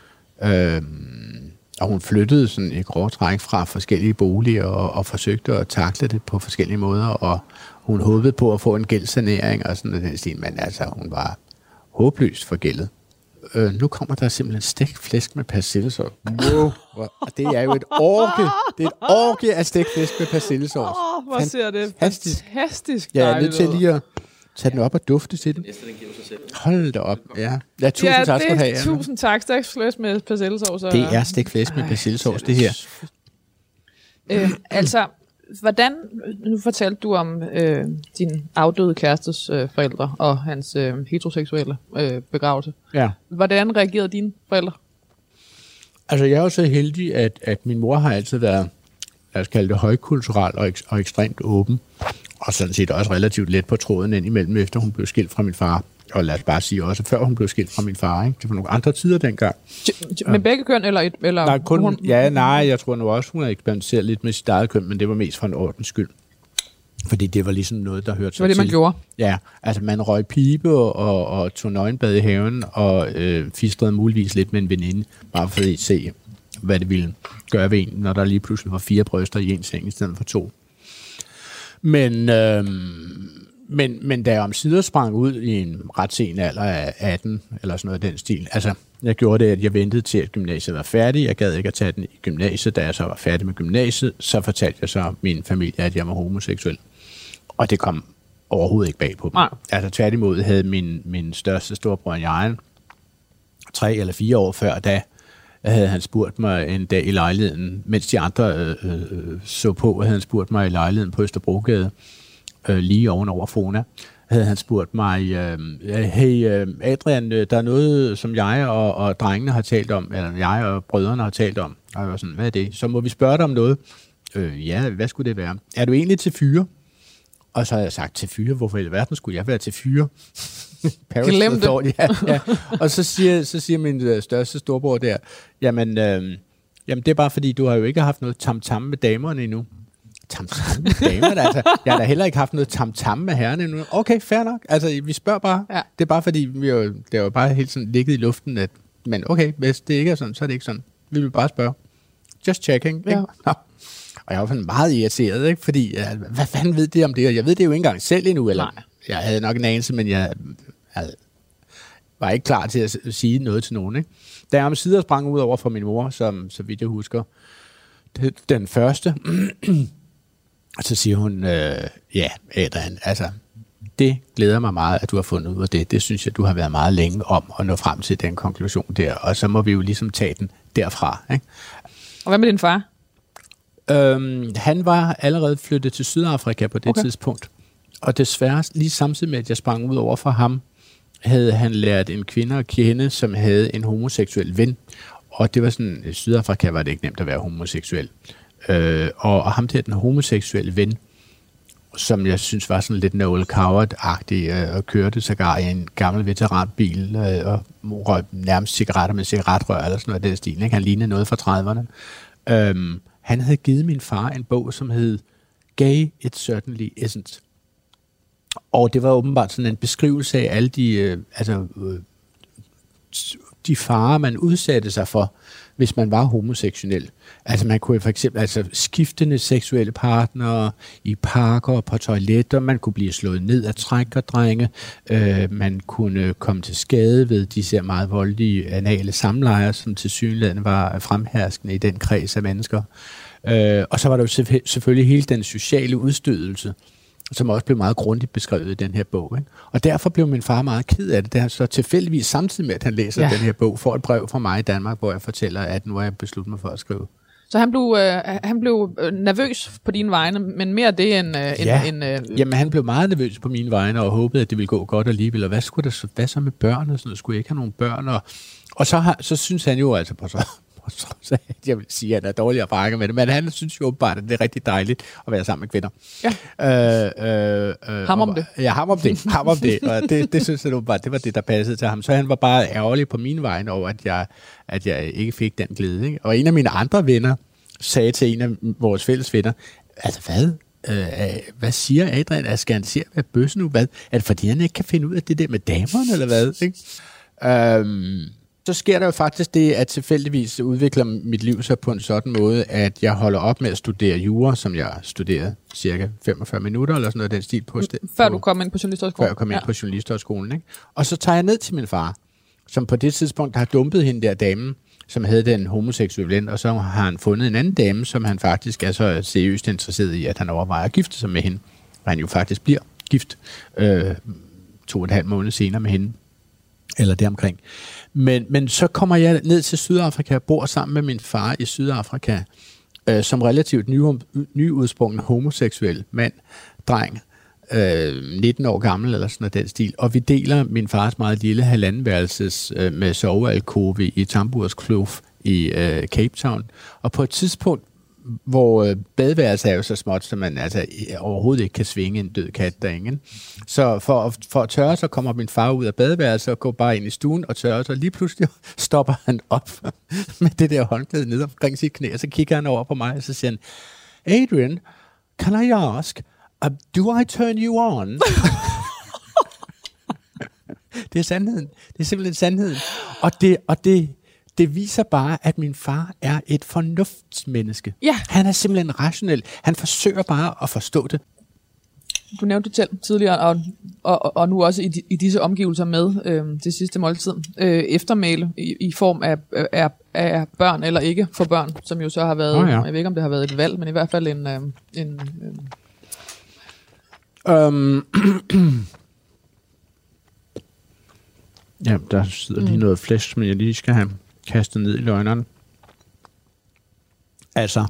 [SPEAKER 2] Og hun flyttede sådan i grove træk fra forskellige boliger og forsøgte at takle det på forskellige måder, og hun håbede på at få en gældssanering og sådan noget den stil, men altså hun var håbløst forgældet. Nu kommer der simpelthen stegt flæsk med persillesauce. Wow. Og det er jo et orgie. Det er et orgie af stegt flæsk med persillesauce.
[SPEAKER 1] Hvor ser det fantastisk
[SPEAKER 2] Ja, jeg er nødt til lige at tage den op og dufte til den. Hold da op. Ja, tusind tak skal du have.
[SPEAKER 1] Tusind tak. Stegt flæsk med persillesauce.
[SPEAKER 2] Det er stegt flæsk med persillesauce, det her.
[SPEAKER 1] Hvordan, nu fortalte du om din afdøde kærestes forældre og hans heteroseksuelle begravelse.
[SPEAKER 2] Ja.
[SPEAKER 1] Hvordan reagerede dine forældre?
[SPEAKER 2] Altså, jeg er jo så heldig, at min mor har altid været, lad os kalde det, højkulturel og ekstremt åben. Og sådan set også relativt let på tråden indimellem, efter hun blev skilt fra min far. Og lad os bare sige også, før hun blev skilt fra min far. Ikke? Det var nogle andre tider dengang.
[SPEAKER 1] Med begge køn, eller?
[SPEAKER 2] Nej, kun, jeg tror nu også, hun har eksperimenteret lidt med sit eget køn, men det var mest for en ordens skyld. Fordi det var ligesom noget, der hørte sig til.
[SPEAKER 1] Det var det, man gjorde?
[SPEAKER 2] Ja, altså man røg pibe og tog nøgenbad i haven, og fistrede muligvis lidt med en veninde, bare for at se, hvad det ville gøre ved en, når der lige pludselig var 4 bryster i en seng, i stedet for 2. Men da jeg omsider sprang ud i en ret sen alder af 18, eller sådan noget af den stil, altså jeg gjorde det, at jeg ventede til, at gymnasiet var færdig. Jeg gad ikke at tage den i gymnasiet. Da jeg så var færdig med gymnasiet, så fortalte jeg så min familie, at jeg var homoseksuel. Og det kom overhovedet ikke bag på dem.
[SPEAKER 1] Nej.
[SPEAKER 2] Altså tværtimod havde min største storbror jeg 3 eller 4 år før, da havde han spurgt mig en dag i lejligheden, mens de andre så på, havde han spurgt mig i lejligheden på Østerbrogade, lige ovenover Fona, havde han spurgt mig, hey Adrian, der er noget, som jeg og drengene har talt om, eller jeg og brødrene har talt om. Og jeg var sådan, hvad er det? Så må vi spørge dig om noget. Ja, hvad skulle det være? Er du egentlig til fyre? Og så har jeg sagt, til fyre? Hvorfor i alverden skulle jeg være til fyre?
[SPEAKER 1] Glem det.
[SPEAKER 2] Ja. Og så siger min største storbror der, jamen det er bare fordi, du har jo ikke haft noget tam-tam med damerne endnu. Tam-tam med damerne? Altså, jeg har da heller ikke haft noget tam-tam med herrerne endnu. Okay, fair nok. Altså, vi spørger bare. Ja. Det er bare fordi, det er jo bare helt sådan ligget i luften, at, men okay, hvis det ikke er sådan, så er det ikke sådan. Vi vil bare spørge. Just checking. Ja. Og jeg var meget irriteret, ikke? Fordi, hvad fanden ved det om det? Og jeg ved det jo ikke engang selv endnu, eller jeg havde nok en anelse, men jeg var ikke klar til at sige noget til nogen. Ikke? Da jeg omsider sprang ud over fra min mor, som så vidt jeg husker, den første, og så siger hun, ja, Adrian, altså, det glæder mig meget, at du har fundet ud af det. Det synes jeg, du har været meget længe om at nå frem til den konklusion der, og så må vi jo ligesom tage den derfra. Ikke?
[SPEAKER 1] Og hvad med din far?
[SPEAKER 2] Han var allerede flyttet til Sydafrika på det tidspunkt, og desværre lige samtidig med, at jeg sprang ud over for ham, havde han lært en kvinde at kende, som havde en homoseksuel ven, og det var sådan, i Sydafrika var det ikke nemt at være homoseksuel. Og ham der, den homoseksuelle ven, som jeg synes var sådan lidt Noel Coward-agtig, og kørte sågar i en gammel veteranbil, og røg nærmest cigaretter med cigaretrør, eller sådan noget af den stil. Ikke? Han lignede noget fra 30'erne. Han havde givet min far en bog, som hed Gay It Certainly Isn't. Og det var åbenbart sådan en beskrivelse af alle de farer, man udsatte sig for, hvis man var homoseksuel. Altså man kunne for eksempel skiftende seksuelle partnere i parker og på toiletter, man kunne blive slået ned af trækkerdrenge, man kunne komme til skade ved disse meget voldelige anale samlejer, som tilsyneladende var fremherskende i den kreds af mennesker. Og så var der jo selvfølgelig hele den sociale udstødelse, som også blev meget grundigt beskrevet i den her bog. Ikke? Og derfor blev min far meget ked af det. Det er så tilfældigvis samtidig med, at han læser den her bog, får et brev fra mig i Danmark, hvor jeg fortæller, at nu har jeg besluttet mig for at skrive.
[SPEAKER 1] Så han blev nervøs på dine vegne, men mere det end...
[SPEAKER 2] Jamen han blev meget nervøs på mine vegne, og håbede, at det ville gå godt alligevel. Og hvad så med børn og sådan noget? Skulle jeg ikke have nogen børn? Og så synes han jo altså på så jeg vil sige, at han er dårlig at brække med det, men han synes jo åbenbart, at det er rigtig dejligt at være sammen med kvinder.
[SPEAKER 1] Ja. Ham om det.
[SPEAKER 2] Ja, ham om det. Og det synes jeg åbenbart, det var det, der passede til ham. Så han var bare ærgerlig på mine vegne over, at jeg ikke fik den glæde. Ikke? Og en af mine andre venner sagde til en af vores fælles venner, altså hvad siger Adrian? Skal han sige at være bøsse nu? Hvad? Er det fordi, han ikke kan finde ud af det der med damerne, eller hvad? Ikke? Så sker der jo faktisk det, at tilfældigvis udvikler mit liv sig på en sådan måde, at jeg holder op med at studere jura, som jeg studerede cirka 45 minutter, eller sådan noget den stil på.
[SPEAKER 1] Før du kom ind på journalisthøjskolen?
[SPEAKER 2] Før jeg kom ind på journalisthøjskolen, ikke? Og så tager jeg ned til min far, som på det tidspunkt har dumpet hende der dame, som havde den homoseksuelle ven, og så har han fundet en anden dame, som han faktisk er så seriøst interesseret i, at han overvejer at gifte sig med hende. Og han jo faktisk bliver gift 2,5 måneder senere med hende. Eller deromkring. Men så kommer jeg ned til Sydafrika og bor sammen med min far i Sydafrika, som relativt nyudsprungen homoseksuel mand, dreng, 19 år gammel eller sådan noget den stil. Og vi deler min fars meget lille halvandenværelses med sovealkove i Tambours Kloof i Cape Town. Og på et tidspunkt, hvor badeværelset er jo så småt, så man altså overhovedet ikke kan svinge en død kat derinde. Så for at tørre, så kommer min far ud af badeværelset og går bare ind i stuen og tørrer, så lige pludselig stopper han op med det der håndklæde ned omkring sit knæ, og så kigger han over på mig, og så siger han, Adrian, can I ask, do I turn you on? Det er sandheden. Det er simpelthen sandheden. Og det viser bare, at min far er et fornuftsmenneske.
[SPEAKER 1] Ja.
[SPEAKER 2] Han er simpelthen rationel. Han forsøger bare at forstå det.
[SPEAKER 1] Du nævnte det selv tidligere, og nu også i disse omgivelser med det sidste måltid. Eftermæle i form af børn eller ikke for børn, som jo så har været, jeg ved ikke om det har været et valg, men i hvert fald en
[SPEAKER 2] Ja, der sidder lige noget flæsk, som jeg lige skal have kastet ned i løgneren. Altså,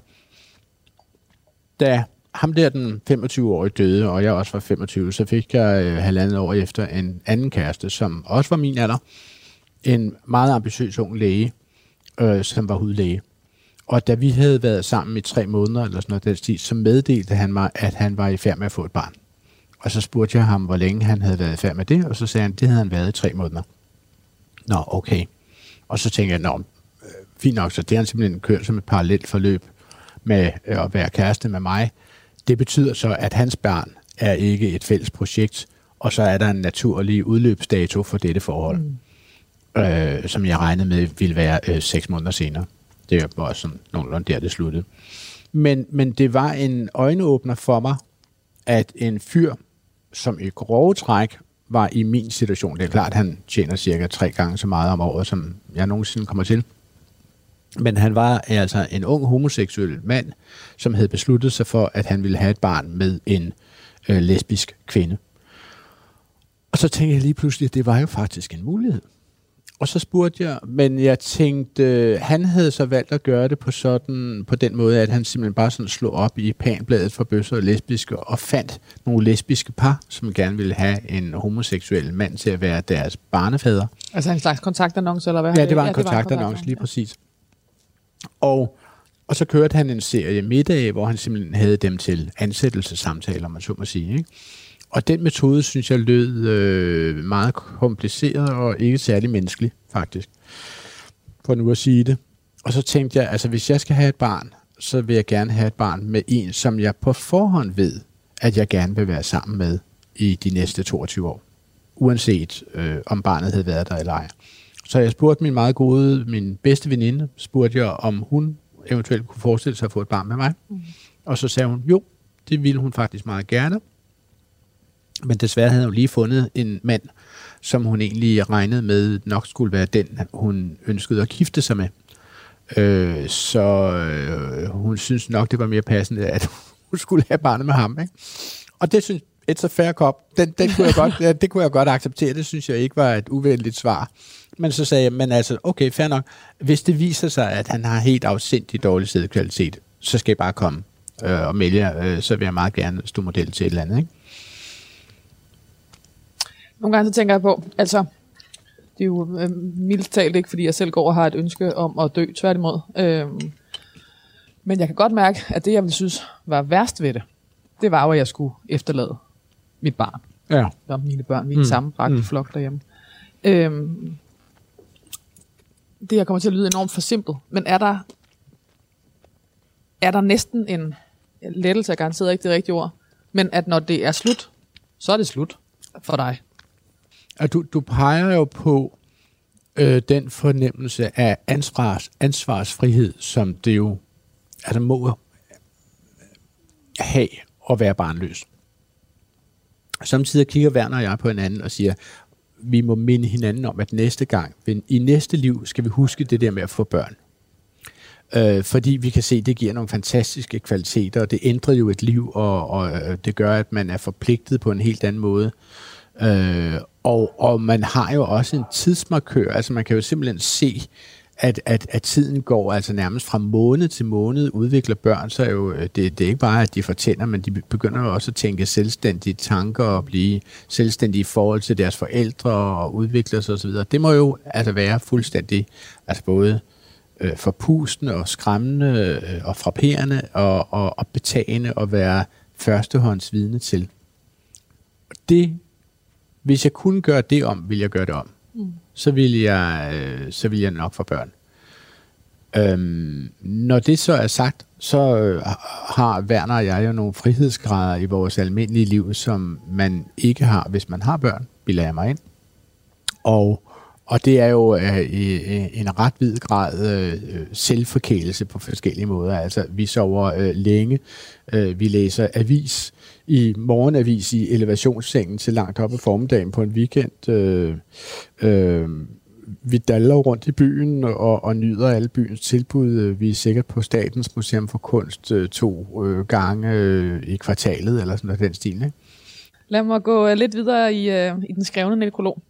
[SPEAKER 2] da ham der den 25-årige døde, og jeg også var 25, så fik jeg 1,5 år efter en anden kæreste, som også var min alder. En meget ambitiøs ung læge, som var hudlæge. Og da vi havde været sammen i 3 måneder, eller sådan noget, så meddelte han mig, at han var i færd med at få et barn. Og så spurgte jeg ham, hvor længe han havde været i færd med det, og så sagde han, det havde han været i 3 måneder. Nå, okay. Og så tænkte jeg, fint nok, så det har han simpelthen kørt som et parallelt forløb med at være kæreste med mig. Det betyder så, at hans barn er ikke et fælles projekt, og så er der en naturlig udløbsdato for dette forhold, som jeg regnede med ville være 6 måneder senere. Det var også sådan nogenlunde der, det sluttede. Men det var en øjenåbner for mig, at en fyr, som i grove træk var i min situation. Det er klart, at han tjener cirka 3 gange så meget om året, som jeg nogensinde kommer til. Men han var altså en ung homoseksuel mand, som havde besluttet sig for, at han ville have et barn med en lesbisk kvinde. Og så tænkte jeg lige pludselig, at det var jo faktisk en mulighed. Og så spurgte jeg, men jeg tænkte, han havde så valgt at gøre det på den måde, at han simpelthen bare sådan slog op i panbladet for bøsser og lesbiske, og fandt nogle lesbiske par, som gerne ville have en homoseksuel mand til at være deres barnefader.
[SPEAKER 1] Altså en slags kontaktannonce, eller hvad?
[SPEAKER 2] Ja, det var en kontaktannonce, lige præcis. Og så kørte han en serie middage, hvor han simpelthen havde dem til ansættelsessamtaler, man så må sige, ikke? Og den metode, synes jeg, lød meget kompliceret og ikke særlig menneskelig, faktisk. For nu at sige det. Og så tænkte jeg, altså hvis jeg skal have et barn, så vil jeg gerne have et barn med en, som jeg på forhånd ved, at jeg gerne vil være sammen med i de næste 22 år. Uanset om barnet havde været der eller ej. Så jeg spurgte min bedste veninde, spurgte jeg, om hun eventuelt kunne forestille sig at få et barn med mig. Og så sagde hun, jo, det ville hun faktisk meget gerne. Men desværre havde hun lige fundet en mand, som hun egentlig regnede med nok skulle være den, hun ønskede at gifte sig med. Så hun synes nok, det var mere passende, at hun skulle have barnet med ham. Ikke? Og det synes it's a fair cop. Det kunne jeg godt acceptere. Det synes jeg ikke var et uvenligt svar. Men så sagde jeg, men altså, okay, fair nok. Hvis det viser sig, at han har helt afsindig dårlig sædkvalitet, så skal jeg bare komme og melde, så vil jeg meget gerne stå model til et eller andet, ikke?
[SPEAKER 1] Nogle gange så tænker jeg på, altså, det er jo mildt talt ikke, fordi jeg selv går og har et ønske om at dø, tværtimod. Men jeg kan godt mærke, at det, jeg ville synes var værst ved det, det var jo, at jeg skulle efterlade mit barn.
[SPEAKER 2] Ja.
[SPEAKER 1] Og mine børn, vi er samme bragte flok derhjemme. Det her kommer til at lyde enormt forsimplet, men er der næsten en lettelse, jeg garanteret ikke det rigtige ord, men at når det er slut, så er det slut for dig.
[SPEAKER 2] Og du peger jo på den fornemmelse af ansvarsfrihed, som det jo altså må have at være barnløs. Samtidig kigger Werner og jeg på hinanden og siger, vi må minde hinanden om, at næste gang, i næste liv, skal vi huske det der med at få børn. Fordi vi kan se, at det giver nogle fantastiske kvaliteter, og det ændrer jo et liv, og det gør, at man er forpligtet på en helt anden måde. Og man har jo også en tidsmarkør, altså man kan jo simpelthen se, at tiden går altså nærmest fra måned til måned, udvikler børn, så er jo, det er ikke bare, at de fortænder, men de begynder jo også at tænke selvstændige tanker og blive selvstændige i forhold til deres forældre og udvikle sig osv. Det må jo altså være fuldstændig, altså både forpustende og skræmmende og frapperende og betagende at være førstehåndsvidne til. Det, hvis jeg kunne gøre det om, ville jeg gøre det om. Så vil jeg nok få børn. Når det så er sagt, så har Werner og jeg jo nogle frihedsgrader i vores almindelige liv, som man ikke har, hvis man har børn, bilder jeg mig ind. Og det er jo en ret vid grad selvforkælelse på forskellige måder. Altså, vi sover længe, vi læser avis i morgenavis i elevationssengen til langt op i formiddagen på en weekend. Vi daller rundt i byen og nyder alle byens tilbud. Vi er sikkert på Statens Museum for Kunst 2 gange i kvartalet, eller sådan noget den stil, ikke?
[SPEAKER 1] Lad mig gå lidt videre i den skrevne nekrolog.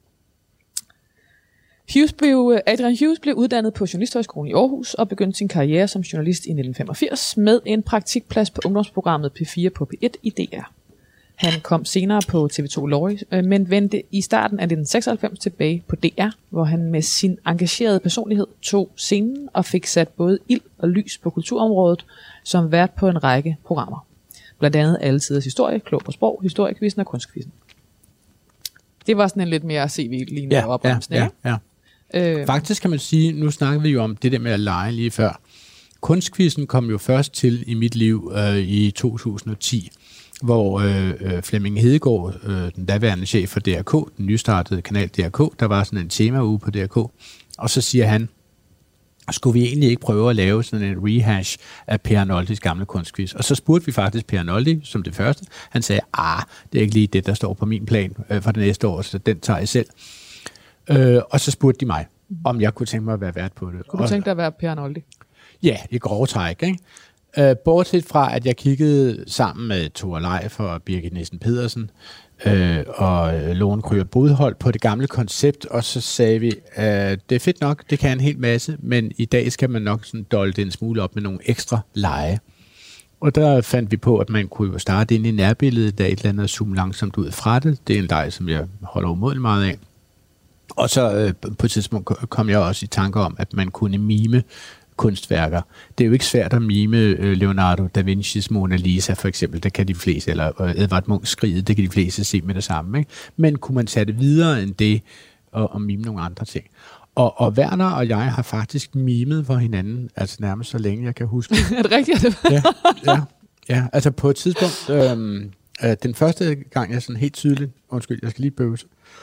[SPEAKER 1] Adrian Hughes blev uddannet på Journalisthøjskolen i Aarhus og begyndte sin karriere som journalist i 1985 med en praktikplads på ungdomsprogrammet P4 på P1 i DR. Han kom senere på TV2 Lorry, men vendte i starten af 1996 tilbage på DR, hvor han med sin engagerede personlighed tog scenen og fik sat både ild og lys på kulturområdet som vært på en række programmer. Blandt andet Alle Tiders Historie, Klog på Sprog, Historiekvisten og Kunstkvisten. Det var sådan en lidt mere CV-lignende opremsning.
[SPEAKER 2] Ja. Faktisk kan man sige, nu snakker vi jo om det der med at lege lige før. Kunstkvisten kom jo først til i mit liv i 2010, hvor Flemming Hedegaard, den daværende chef for DRK, den nystartede kanal DRK, der var sådan en temauge på DRK, og så siger han, skulle vi egentlig ikke prøve at lave sådan en rehash af Per Arnoldis gamle kunstquiz? Og så spurgte vi faktisk Per Arnoldi som det første. Han sagde, det er ikke lige det, der står på min plan for det næste år, så den tager jeg selv. Og så spurgte de mig, om jeg kunne tænke mig at være vært på det.
[SPEAKER 1] Kunne du tænke dig at være Per Arnoldi?
[SPEAKER 2] Ja, i grove træk, ikke? Bortset fra, at jeg kiggede sammen med Tore Leif og Birgit Nielsen Pedersen og Lone Kryger Budholdt på det gamle koncept, og så sagde vi, det er fedt nok, det kan en hel masse, men i dag skal man nok sådan dolde det en smule op med nogle ekstra lege. Og der fandt vi på, at man kunne jo starte ind i nærbilledet, der et eller andet zoome langsomt ud fra det. Det er en leg, som jeg holder umådeligt meget af. Og så på et tidspunkt kom jeg også i tanker om, at man kunne mime kunstværker. Det er jo ikke svært at mime Leonardo da Vinci's Mona Lisa for eksempel, det kan de fleste, eller Edvard Munchs Skriget, det kan de fleste se med det samme. Ikke? Men kunne man tage det videre end det, og mime nogle andre ting. Og Werner og jeg har faktisk mimet for hinanden, altså nærmest så længe jeg kan huske.
[SPEAKER 1] Er det rigtigt?
[SPEAKER 2] Ja, altså på et tidspunkt, den første gang jeg sådan helt tydeligt, undskyld, jeg skal lige bøvse.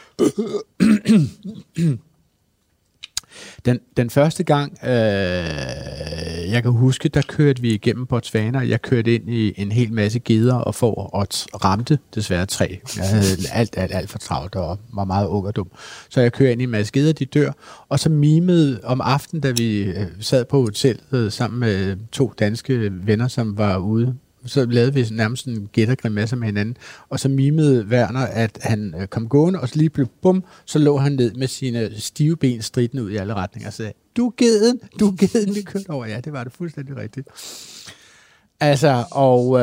[SPEAKER 2] Den første gang, jeg kan huske, der kørte vi igennem Botswana, og jeg kørte ind i en hel masse geder og får og ramte desværre 3. Jeg havde alt for travlt og var meget ung og dum. Så jeg kørte ind i en masse geder, de dør, og så mimede om aftenen, da vi sad på hotellet sammen med 2 danske venner, som var ude. Så lavede vi nærmest en gættergrimasse med hinanden, og så mimede Werner, at han kom gående, og så lige blev bum, så lå han ned med sine stive ben stridende ud i alle retninger og sagde, du er geden, vi kørte over. Ja, det var det fuldstændig rigtigt. Altså, og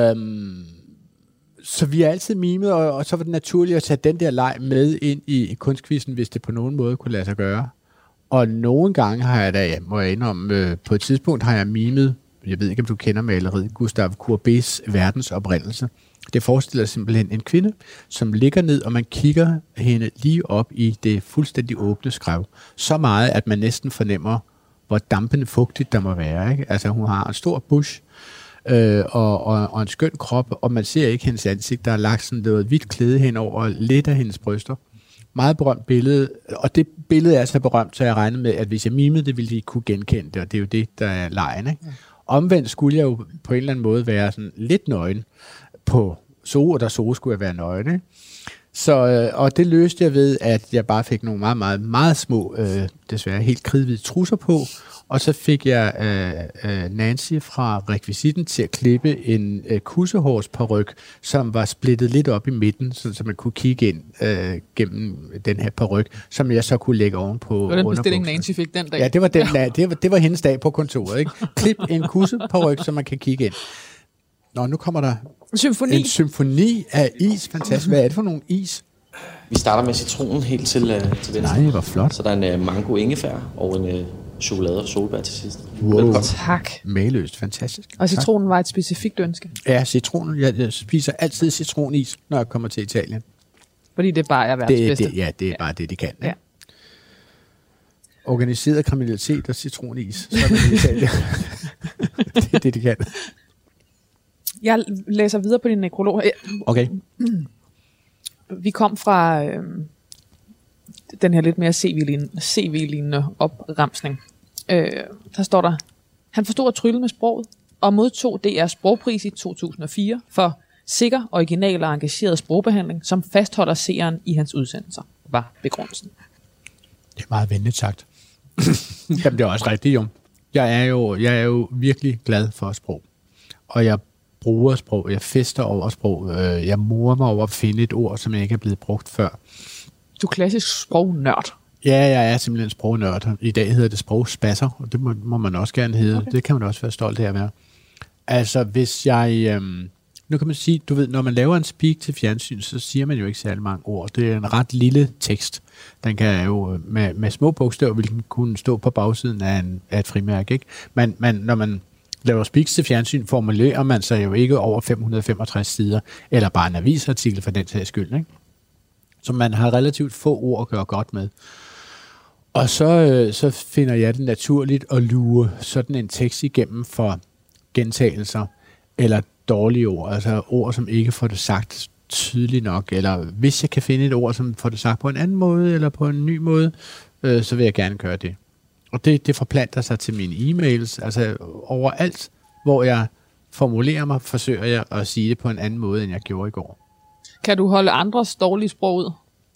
[SPEAKER 2] så vi har altid mimet, og så var det naturligt at tage den der leg med ind i kunstkvisten, hvis det på nogen måde kunne lade sig gøre. Og nogle gange har jeg da, må jeg indrømme, på et tidspunkt har jeg mimet, jeg ved ikke, om du kender maleriet, Gustave Courbets Verdens oprindelse. Det forestiller simpelthen en kvinde, som ligger ned, og man kigger hende lige op i det fuldstændig åbne skrev. Så meget, at man næsten fornemmer, hvor dampende fugtigt der må være. Ikke? Altså, hun har en stor bush og en skøn krop, og man ser ikke hendes ansigt. Der er lagt sådan noget hvidt klæde hen over lidt af hendes bryster. Meget berømt billede, og det billede er så berømt, så jeg regner med, at hvis jeg mimede det, ville de kunne genkende det, og det er jo det, der er lejen, ikke? Ja. Omvendt skulle jeg jo på en eller anden måde være sådan lidt nøgen på Zoo, og der Zoo skulle jeg være nøgen, ikke? Så, og det løste jeg ved, at jeg bare fik nogle meget, meget, meget små, desværre helt kridhvide trusser på, og så fik jeg Nancy fra rekvisitten til at klippe en kussehårsparyk, som var splittet lidt op i midten, så man kunne kigge ind gennem den her paryk, som jeg så kunne lægge ovenpå.
[SPEAKER 1] Det var den bestilling, Nancy fik den dag.
[SPEAKER 2] Ja, det var hendes dag på kontoret. Ikke? Klip en kusseparyk, så man kan kigge ind. Nå, nu kommer der en symfoni af is. Fantastisk. Hvad er det for nogle is?
[SPEAKER 3] Vi starter med citronen helt til venstre.
[SPEAKER 2] Nej, hvor flot.
[SPEAKER 3] Så der er en mango ingefær og en chokolade og solbær til sidst.
[SPEAKER 2] Wow.
[SPEAKER 1] Tak.
[SPEAKER 2] Mageløst, fantastisk.
[SPEAKER 1] Og citronen var et specifikt ønske?
[SPEAKER 2] Ja, citronen. Jeg spiser altid citronis, når jeg kommer til Italien.
[SPEAKER 1] Fordi det bare er verdens bedste?
[SPEAKER 2] Det er bare det, de kan. Ja.
[SPEAKER 1] Ja.
[SPEAKER 2] Organiseret kriminalitet og citronis. Så er det i Italien. Det er det, de kan.
[SPEAKER 1] Jeg læser videre på din nekrolog.
[SPEAKER 2] Okay.
[SPEAKER 1] Vi kom fra den her lidt mere CV-lignende opremsning. Der står der, han forstod at trylle med sproget, og modtog DR Sprogpris i 2004 for sikker, original og engageret sprogbehandling, som fastholder seeren i hans udsendelser, var begrundelsen.
[SPEAKER 2] Det er meget venligt sagt. Jamen, det er også rigtigt, jo. Jeg er jo virkelig glad for sprog. Og jeg bruger sprog, jeg fester over sprog. Jeg morer mig over at finde et ord, som ikke er blevet brugt før.
[SPEAKER 1] Du er klassisk sprognørd.
[SPEAKER 2] Ja, jeg er simpelthen sprognørd. I dag hedder det sprogspasser, og det må man også gerne hedde. Okay. Det kan man også være stolt af at være. Altså, hvis jeg... nu kan man sige, du ved, når man laver en speak til fjernsyn, så siger man jo ikke særlig mange ord. Det er en ret lille tekst. Den kan jo med små bogstaver vil den kunne stå på bagsiden af et frimærke, ikke? Men når man laver speaks til fjernsyn, formulerer man sig jo ikke over 565 sider, eller bare en avisartikel for den sags skyld, ikke? Så man har relativt få ord at gøre godt med. Og så finder jeg det naturligt at lure sådan en tekst igennem for gentagelser, eller dårlige ord, altså ord, som ikke får det sagt tydeligt nok, eller hvis jeg kan finde et ord, som får det sagt på en anden måde, eller på en ny måde, så vil jeg gerne gøre det. Og det forplanter sig til mine e-mails. Altså overalt, hvor jeg formulerer mig, forsøger jeg at sige det på en anden måde, end jeg gjorde i går.
[SPEAKER 1] Kan du holde andres dårlige sprog ud?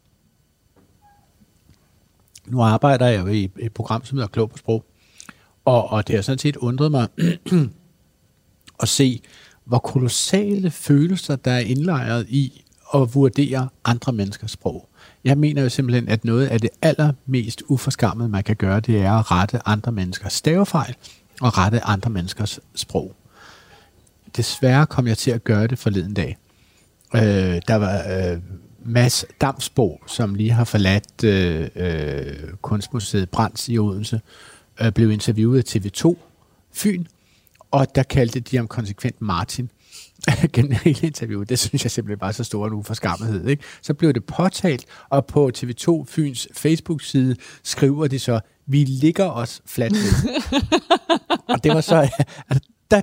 [SPEAKER 2] Nu arbejder jeg jo i et program, som hedder Klog på Sprog. Og det har sådan set undret mig at se, hvor kolossale følelser, der er indlejret i at vurdere andre menneskers sprog. Jeg mener jo simpelthen, at noget af det allermest uforskammede, man kan gøre, det er at rette andre menneskers stavefejl og rette andre menneskers sprog. Desværre kom jeg til at gøre det forleden dag. Der var Mads Damsbo, som lige har forladt Kunstmuseet Brands i Odense, blev interviewet af TV2 Fyn, og der kaldte de ham konsekvent Martin gennem hele interviewet. Det synes jeg simpelthen bare så stor en uforskammethed, ikke? Så blev det påtalt, og på TV2 Fyns Facebook-side skriver de så, vi ligger os fladt ned. Og det var så... Der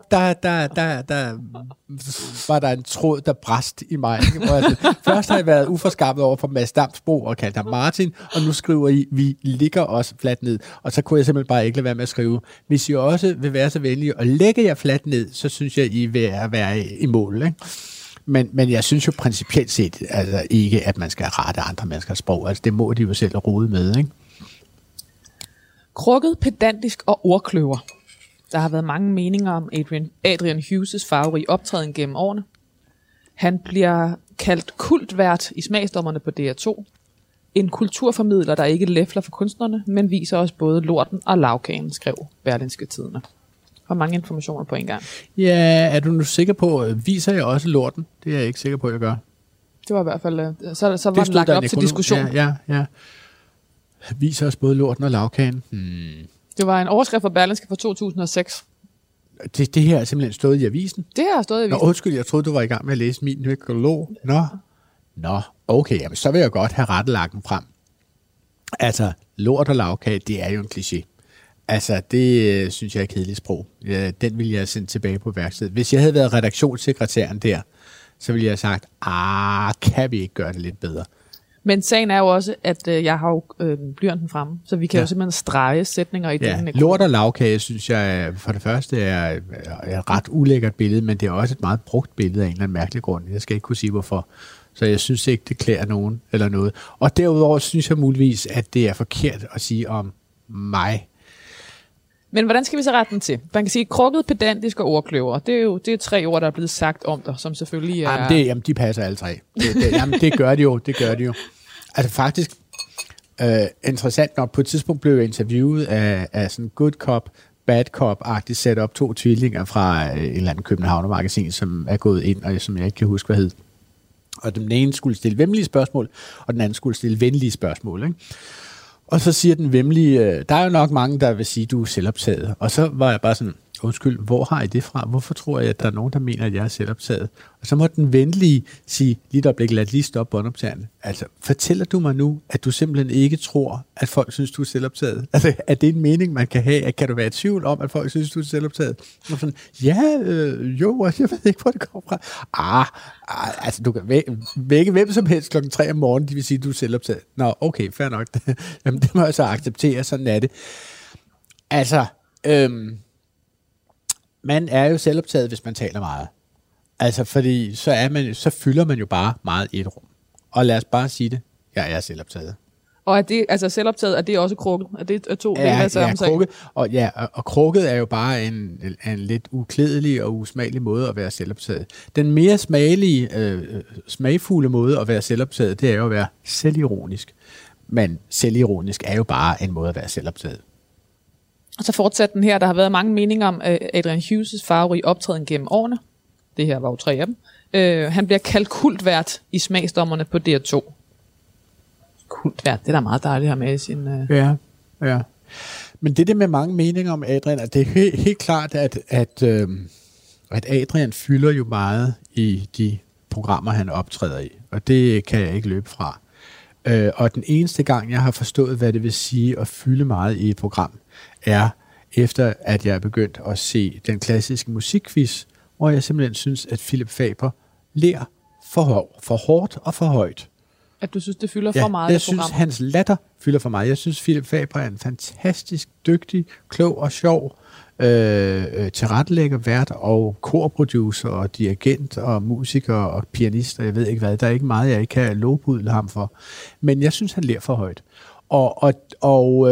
[SPEAKER 2] var der en tråd, der brast i mig. Først har jeg været uforskammet over for Mads Damsbo og kaldt ham Martin, og nu skriver I, vi ligger os fladt ned. Og så kunne jeg simpelthen bare ikke lade være med at skrive, hvis I også vil være så venlige og lægge jer fladt ned, så synes jeg, I vil være i mål. Ikke? Men jeg synes jo principielt set altså ikke, at man skal rette andre menneskers sprog. Altså det må de jo selv rode med. Ikke?
[SPEAKER 1] Krukket, pedantisk og ordkløver. Der har været mange meninger om Adrian Hughes' farverige optræden gennem årene. Han bliver kaldt kultvært i Smagsdommerne på DR2. En kulturformidler, der ikke læfler for kunstnerne, men viser os både lorten og lavkagen, skrev Berlingske Tidende. Og mange informationer på en gang.
[SPEAKER 2] Ja, er du nu sikker på, viser jeg også lorten? Det er jeg ikke sikker på, at jeg gør.
[SPEAKER 1] Det var i hvert fald, så var det lagt op til diskussion.
[SPEAKER 2] Ja. Viser os både lorten og lavkagen.
[SPEAKER 1] Det var en overskrift fra Berlingske fra 2006.
[SPEAKER 2] Det her er simpelthen stået i avisen?
[SPEAKER 1] Det her har stået i avisen.
[SPEAKER 2] Nå, undskyld, jeg troede, du var i gang med at læse min nekrolog. Nå, okay, jamen, så vil jeg godt have rettelakken frem. Altså, lort og lavkage, det er jo en kliché. Altså, det synes jeg er kedeligt sprog. Den ville jeg have sendt tilbage på værkstedet. Hvis jeg havde været redaktionssekretæren der, så ville jeg have sagt, kan vi ikke gøre det lidt bedre?
[SPEAKER 1] Men sagen er jo også, at jeg har jo blyanten fremme, så vi kan jo simpelthen strege sætninger i den.
[SPEAKER 2] Lort og lavkage, synes jeg, for det første er et ret ulækkert billede, men det er også et meget brugt billede af en eller anden mærkelig grund. Jeg skal ikke kunne sige, hvorfor. Så jeg synes ikke, det klæder nogen eller noget. Og derudover synes jeg muligvis, at det er forkert at sige om mig.
[SPEAKER 1] Men hvordan skal vi så rette den til? Man kan sige krukket, pedantisk og ordkløver. Det er 3 ord, der er blevet sagt om dig, som selvfølgelig er...
[SPEAKER 2] Jamen, de passer alle 3. Det gør de jo. Altså faktisk, interessant nok, på et tidspunkt blev jeg interviewet af sådan good cop, bad cop-agtigt sat op 2 tvillinger fra en eller anden Københavner-magasin, som er gået ind, og som jeg ikke kan huske, hvad hed. Og den ene skulle stille væmmelige spørgsmål, og den anden skulle stille venlige spørgsmål, ikke? Og så siger den væmmelige, der er jo nok mange, der vil sige, du er selvoptaget. Og så var jeg bare sådan, undskyld, hvor har I det fra? Hvorfor tror jeg, at der er nogen, der mener, at jeg er selvoptaget? Og så må den venlige sige, lige et øjeblik, lad lige stoppe båndoptagerne. Altså, fortæller du mig nu, at du simpelthen ikke tror, at folk synes, du er selvoptaget? Altså, er det en mening, man kan have? Kan du være i tvivl om, at folk synes, du er selvoptaget? Og sådan, jo, jeg ved ikke, hvor det kommer fra. Altså, du kan vække hvem som helst 3:00 om morgenen, de vil sige, at du er selvoptaget. Nå, okay, fair nok. Jamen, det må jeg så acceptere, sådan er det. Altså, man er jo selvoptaget, hvis man taler meget. Altså, fordi så fylder man jo bare meget i et rum. Og lad os bare sige det. Jeg er selvoptaget.
[SPEAKER 1] Og er det, altså selvoptaget, er det også krukket? Er det 2 dele af samme sag?
[SPEAKER 2] Krukket. Og krukket er jo bare en lidt uklædelig og usmagelig måde at være selvoptaget. Den mere smagfulde måde at være selvoptaget, det er jo at være selvironisk. Men selvironisk er jo bare en måde at være selvoptaget.
[SPEAKER 1] Og så fortsat den her. Der har været mange meninger om Adrian Hughes' farverige optræden gennem årene. Det her var jo 3 af dem. Han bliver kaldt kultvært i Smagsdommerne på DR2. Kultvært, det er da meget dejligt her med i sin...
[SPEAKER 2] Ja. Men det med mange meninger om Adrian, at det er helt klart, at Adrian fylder jo meget i de programmer, han optræder i. Og det kan jeg ikke løbe fra. Og den eneste gang, jeg har forstået, hvad det vil sige at fylde meget i et program, er efter, at jeg er begyndt at se den klassiske musikquiz, hvor jeg simpelthen synes, at Philip Faber ler for hårdt og for højt.
[SPEAKER 1] At du synes, det fylder for meget
[SPEAKER 2] jeg
[SPEAKER 1] af programmet?
[SPEAKER 2] synes, hans latter fylder for meget. Jeg synes, Philip Faber er en fantastisk dygtig, klog og sjov tilrettelægger, vært og korproducer og dirigent og musiker og pianist, og jeg ved ikke hvad. Der er ikke meget, jeg ikke kan lovbudle ham for. Men jeg synes, han ler for højt. Og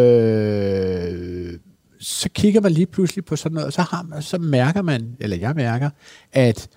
[SPEAKER 2] så kigger man lige pludselig på sådan noget, og så mærker man, eller jeg mærker, at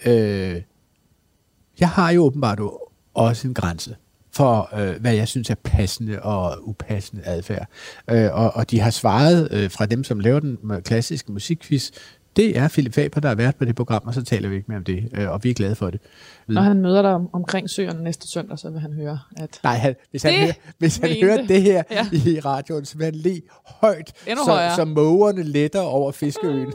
[SPEAKER 2] jeg har jo åbenbart også en grænse for, hvad jeg synes er passende og upassende adfærd. Og de har svaret fra dem, som laver den klassiske musikquiz. Det er Philip Faber, der er vært på det program, og så taler vi ikke mere om det, og vi er glade for det.
[SPEAKER 1] Når han møder dig omkring søerne næste søndag, så vil han høre, at...
[SPEAKER 2] Nej, hvis han hører det her i radioen, så vil han le højt, så mågerne letter over Fiskeøen.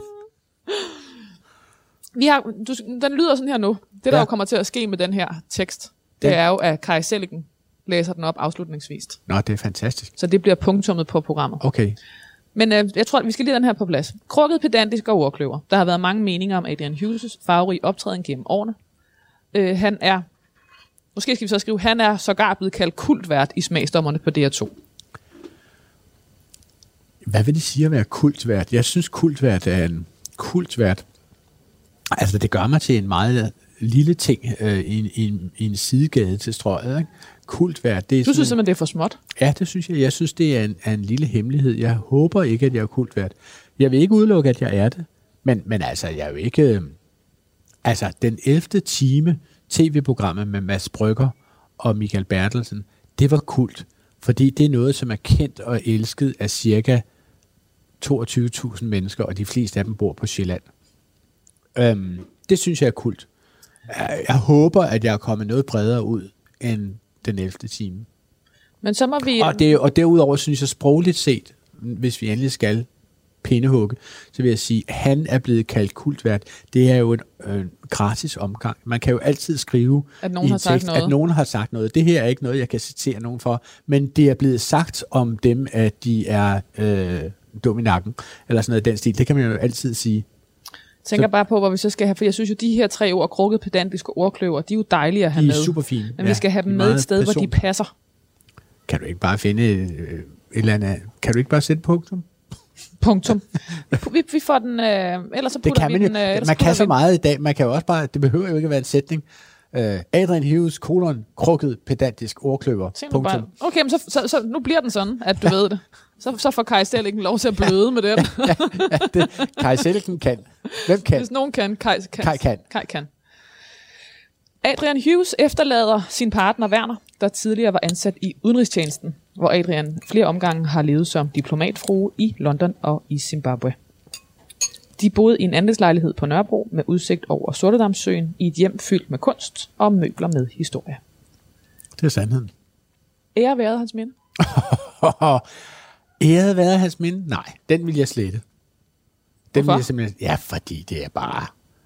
[SPEAKER 1] Den lyder sådan her nu. Det, der jo kommer til at ske med den her tekst, det er jo, at Kai Seliggen læser den op afslutningsvis.
[SPEAKER 2] Nå, det er fantastisk.
[SPEAKER 1] Så det bliver punktummet på programmet.
[SPEAKER 2] Okay.
[SPEAKER 1] Men jeg tror, at vi skal lige den her på plads. Krukket, pedantisk og ordkløver. Der har været mange meninger om Adrian Hughes' farverige optræden gennem årene. Han er, måske skal vi så skrive, han er sågar blevet kaldt kultvært i Smagsdommerne på DR2.
[SPEAKER 2] Hvad vil det sige at være kultvært? Jeg synes, kultvært er en kultvært. Altså, det gør mig til en meget lille ting i en sidegade til Strøget, ikke? Kultvært, det er...
[SPEAKER 1] Du synes simpelthen, det er for småt?
[SPEAKER 2] Ja, det synes jeg. Jeg synes, det er en lille hemmelighed. Jeg håber ikke, at jeg er kultvært. Jeg vil ikke udelukke, at jeg er det. Men altså, jeg er jo ikke... Altså, den 11. time tv-programmet med Mads Brygger og Michael Bertelsen, det var kult. Fordi det er noget, som er kendt og elsket af cirka 22.000 mennesker, og de fleste af dem bor på Sjælland. Det synes jeg er kult. Jeg håber, at jeg er kommet noget bredere ud end den 11. time.
[SPEAKER 1] Men så må vi...
[SPEAKER 2] Og derudover synes jeg sprogligt set, hvis vi endelig skal pindehugge, så vil jeg sige, at han er blevet kaldt kultvært. Det er jo en gratis omgang. Man kan jo altid skrive
[SPEAKER 1] at nogen,
[SPEAKER 2] at nogen har sagt noget. Det her er ikke noget, jeg kan citere nogen for, men det er blevet sagt om dem, at de er dum i nakken, eller sådan noget i den stil. Det kan man jo altid sige.
[SPEAKER 1] Jeg tænker bare på, hvor vi så skal have, for jeg synes jo, de her 3 ord, krukket, pedantisk og ordkløver, de er jo dejlige at have med.
[SPEAKER 2] De er super fine.
[SPEAKER 1] Men vi skal have dem med et sted, hvor de passer.
[SPEAKER 2] Kan du ikke bare finde et eller andet? Kan du ikke bare sætte punktum?
[SPEAKER 1] Punktum. Vi får den, ellers så putter vi den...
[SPEAKER 2] Man kan så meget i dag. Man kan jo også bare, det behøver jo ikke at være en sætning. Adrian Hughes, krukket, pedantisk, ordkløver, punktum.
[SPEAKER 1] Okay, men så nu bliver den sådan, at du ved det. Så får Kai Seliggen lov til at bløde med den.
[SPEAKER 2] Kai Seliggen kan. Hvem kan?
[SPEAKER 1] Hvis nogen kan, Kai
[SPEAKER 2] kan.
[SPEAKER 1] Kai kan. Adrian Hughes efterlader sin partner Werner, der tidligere var ansat i udenrigstjenesten, hvor Adrian flere omgange har levet som diplomatfrue i London og i Zimbabwe. De boede i en andelslejlighed på Nørrebro med udsigt over Sortedamssøen i et hjem fyldt med kunst og møbler med historie.
[SPEAKER 2] Det er sandheden.
[SPEAKER 1] Ære været hans minde?
[SPEAKER 2] Ære været hans minde? Nej, den vil jeg slette. Den
[SPEAKER 1] Hvorfor?
[SPEAKER 2] vil jeg simpelthen... Ja, fordi det er bare...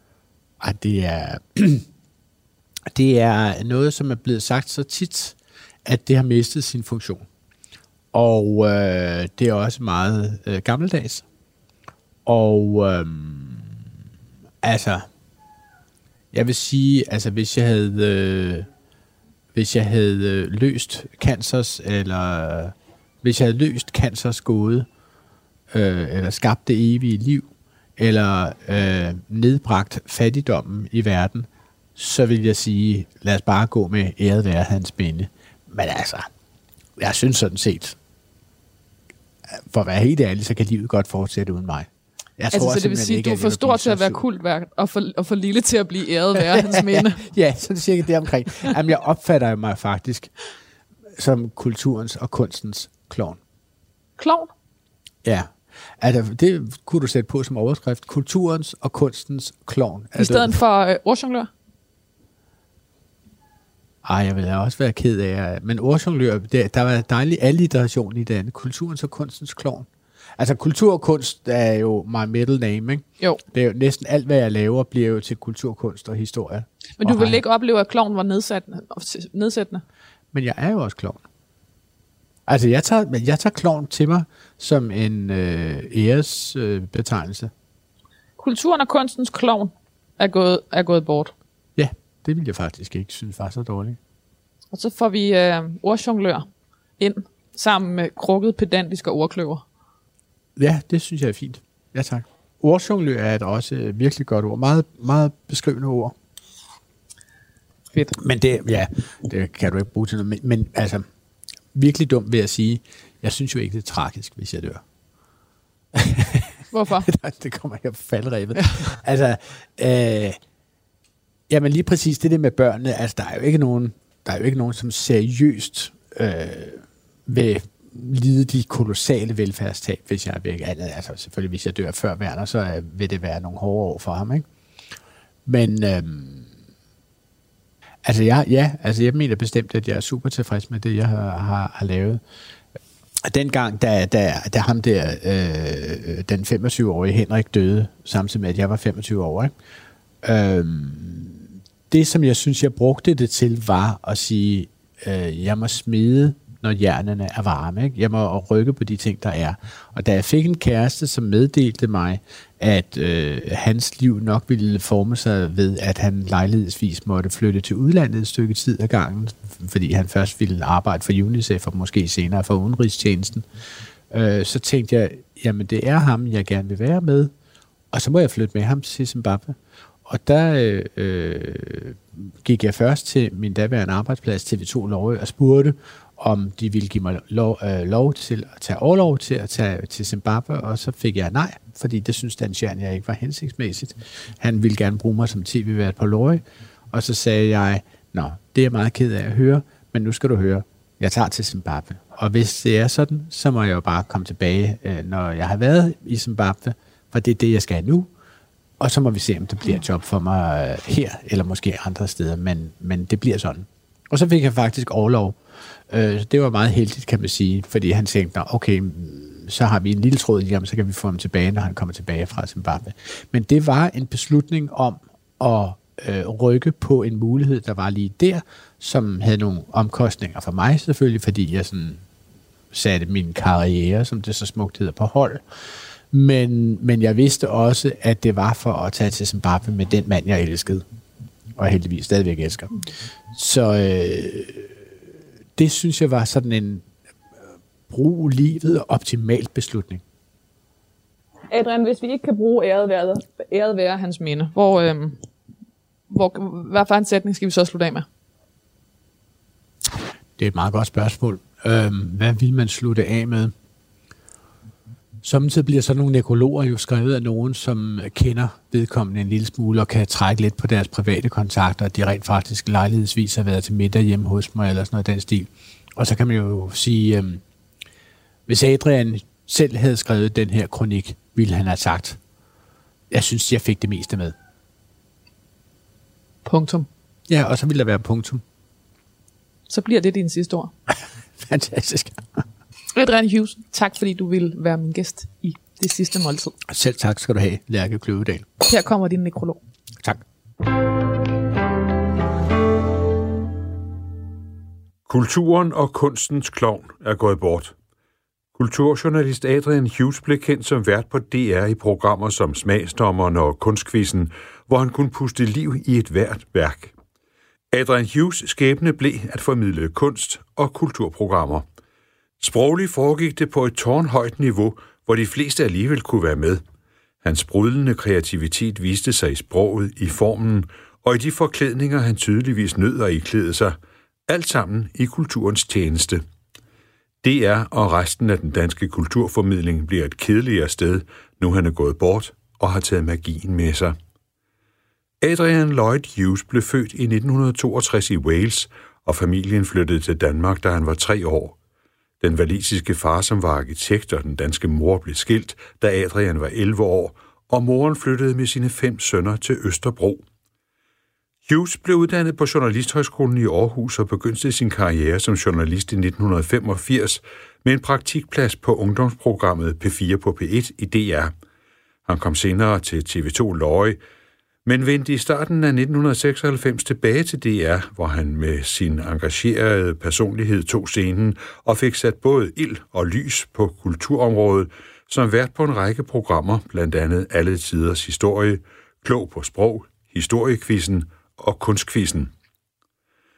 [SPEAKER 2] Det er noget, som er blevet sagt så tit, at det har mistet sin funktion. Og det er også meget gammeldags. Og jeg vil sige, altså hvis jeg havde løst cancers, eller hvis jeg havde løst cancers gåde, eller skabt det evige liv, eller nedbragt fattigdommen i verden, så vil jeg sige, lad os bare gå med æret være hans minde. Men altså, jeg synes sådan set, for at være helt ærlig, så kan livet godt fortsætte uden mig. Jeg tror
[SPEAKER 1] så det vil sige, at du er for stor til at være kultværk, og for lille til at blive æret være hans minde.
[SPEAKER 2] Ja, så det cirka det omkring. Jamen, jeg opfatter mig faktisk som kulturens og kunstens klovn.
[SPEAKER 1] Klovn?
[SPEAKER 2] Ja. Altså, det kunne du sætte på som overskrift. Kulturens og kunstens klovn.
[SPEAKER 1] I stedet for ordjonglør?
[SPEAKER 2] Jeg vil også være ked af. Men ordjonglør, der var dejlig alliteration i det andet. Kulturens og kunstens klovn. Altså, kultur og kunst er jo my middle name, ikke?
[SPEAKER 1] Jo.
[SPEAKER 2] Det er jo næsten alt, hvad jeg laver, bliver jo til kulturkunst og historie.
[SPEAKER 1] Men du vil ikke opleve, at klovn var nedsættende?
[SPEAKER 2] Men jeg er jo også klovn. Altså, jeg tager klovn til mig som en æresbetegnelse.
[SPEAKER 1] Kulturen og kunstens klovn er gået bort.
[SPEAKER 2] Ja, det vil jeg faktisk ikke synes var så dårligt.
[SPEAKER 1] Og så får vi ordjonglør ind, sammen med krukket, pedantisk og ordkløver.
[SPEAKER 2] Ja, det synes jeg er fint. Ja, tak. Ordjonglør er et også virkelig godt ord. Meget, meget beskrivende ord.
[SPEAKER 1] Fedt.
[SPEAKER 2] Men det kan du ikke bruge til noget. Men altså, virkelig dumt ved at sige, jeg synes jo ikke, det er tragisk, hvis jeg dør.
[SPEAKER 1] Hvorfor?
[SPEAKER 2] Det kommer jeg på faldrebet. Altså, jamen lige præcis det med børnene, altså der er jo ikke nogen, som seriøst vil lide de kolossale velfærdstab, hvis jeg er væk. Altså selvfølgelig, hvis jeg dør før Werner, så vil det være nogle hårde år for ham, ikke? Men jeg mener bestemt, at jeg er super tilfreds med det, jeg har lavet. Dengang, da ham der, den 25-årige Henrik døde, samtidig med, at jeg var 25 år, ikke? Det, som jeg synes, jeg brugte det til, var at sige, jeg må smide, når hjernerne er varme. Ikke? Jeg må rykke på de ting, der er. Og da jeg fik en kæreste, som meddelte mig, at hans liv nok ville forme sig ved, at han lejlighedsvis måtte flytte til udlandet et stykke tid ad gangen, fordi han først ville arbejde for UNICEF og måske senere for udenrigstjenesten, så tænkte jeg, jamen det er ham, jeg gerne vil være med, og så må jeg flytte med ham til Zimbabwe. Og der gik jeg først til min daværende arbejdsplads, TV2 Lorge, og spurgte, om de ville give mig lov til at tage overlov til at tage til Zimbabwe, og så fik jeg nej, fordi det synes Dan Tjernia ikke var hensigtsmæssigt. Han ville gerne bruge mig som tv-vært på Lorge, og så sagde jeg, det er jeg meget ked af at høre, men nu skal du høre, jeg tager til Zimbabwe. Og hvis det er sådan, så må jeg jo bare komme tilbage, når jeg har været i Zimbabwe, for det er det, jeg skal nu. Og så må vi se, om det bliver et job for mig her, eller måske andre steder, men det bliver sådan. Og så fik jeg faktisk overlov. Det var meget heldigt, kan man sige, fordi han tænkte, okay, så har vi en lille tråd i ham, så kan vi få ham tilbage, når han kommer tilbage fra Zimbabwe. Men det var en beslutning om at rykke på en mulighed, der var lige der, som havde nogle omkostninger for mig selvfølgelig, fordi jeg sådan satte min karriere, som det så smukt hedder, på hold. Men jeg vidste også, at det var for at tage til Zimbabwe med den mand, jeg elskede, og heldigvis stadigvæk elsker. Så det synes jeg var sådan en brug livet og optimal beslutning.
[SPEAKER 1] Adrian, hvis vi ikke kan bruge æret være hans minde, hvad for en sætning skal vi så slutte af med?
[SPEAKER 2] Det er et meget godt spørgsmål. Hvad vil man slutte af med? Samtidig bliver sådan nogle nekrologer jo skrevet af nogen, som kender vedkommende en lille smule og kan trække lidt på deres private kontakter. De rent faktisk lejlighedsvis har været til middag hjemme hos mig eller sådan noget den stil. Og så kan man jo sige, hvis Adrian selv havde skrevet den her kronik, ville han have sagt, jeg synes, jeg fik det meste med.
[SPEAKER 1] Punktum.
[SPEAKER 2] Ja, og så ville der være punktum.
[SPEAKER 1] Så bliver det din sidste ord.
[SPEAKER 2] Fantastisk.
[SPEAKER 1] Adrian Hughes, tak fordi du ville være min gæst i Det Sidste Måltid.
[SPEAKER 2] Selv tak skal du have, Lærke Kløvedal.
[SPEAKER 1] Her kommer din nekrolog.
[SPEAKER 2] Tak.
[SPEAKER 4] Kulturen og kunstens klovn er gået bort. Kulturjournalist Adrian Hughes blev kendt som vært på DR i programmer som Smagsdommerne og Kunstkvisten, hvor han kunne puste liv i et hvert værk. Adrian Hughes' skæbne blev at formidle kunst- og kulturprogrammer. Sprogligt foregik det på et tårnhøjt niveau, hvor de fleste alligevel kunne være med. Hans sprudlende kreativitet viste sig i sproget, i formen og i de forklædninger, han tydeligvis nød at iklæde sig. Alt sammen i kulturens tjeneste. DR og resten af den danske kulturformidling bliver et kedeligere sted, nu han er gået bort og har taget magien med sig. Adrian Lloyd Hughes blev født i 1962 i Wales, og familien flyttede til Danmark, da han var 3 år. Den walisiske far, som var arkitekt, og den danske mor blev skilt, da Adrian var 11 år, og moren flyttede med sine 5 sønner til Østerbro. Hughes blev uddannet på Journalisthøjskolen i Aarhus og begyndte sin karriere som journalist i 1985 med en praktikplads på ungdomsprogrammet P4 på P1 i DR. Han kom senere til TV2 Lorge, men vendte i starten af 1996 tilbage til DR, hvor han med sin engagerede personlighed tog scenen og fik sat både ild og lys på kulturområdet, som vært på en række programmer, blandt andet Alle Tiders Historie, Klog på Sprog, Historiekvisten og Kunstkvisten.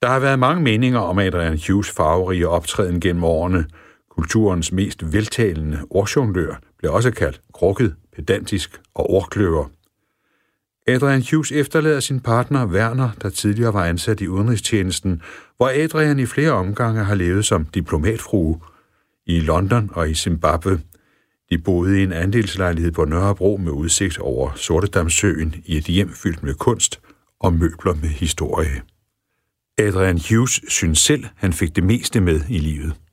[SPEAKER 4] Der har været mange meninger om Adrian Hughes' farverige optræden gennem årene. Kulturens mest veltalende ordjonglør blev også kaldt krukket, pedantisk og ordkløver. Adrian Hughes efterlader sin partner Werner, der tidligere var ansat i udenrigstjenesten, hvor Adrian i flere omgange har levet som diplomatfrue i London og i Zimbabwe. De boede i en andelslejlighed på Nørrebro med udsigt over Sortedamsøen i et hjem fyldt med kunst og møbler med historie. Adrian Hughes synes selv, han fik det meste med i livet.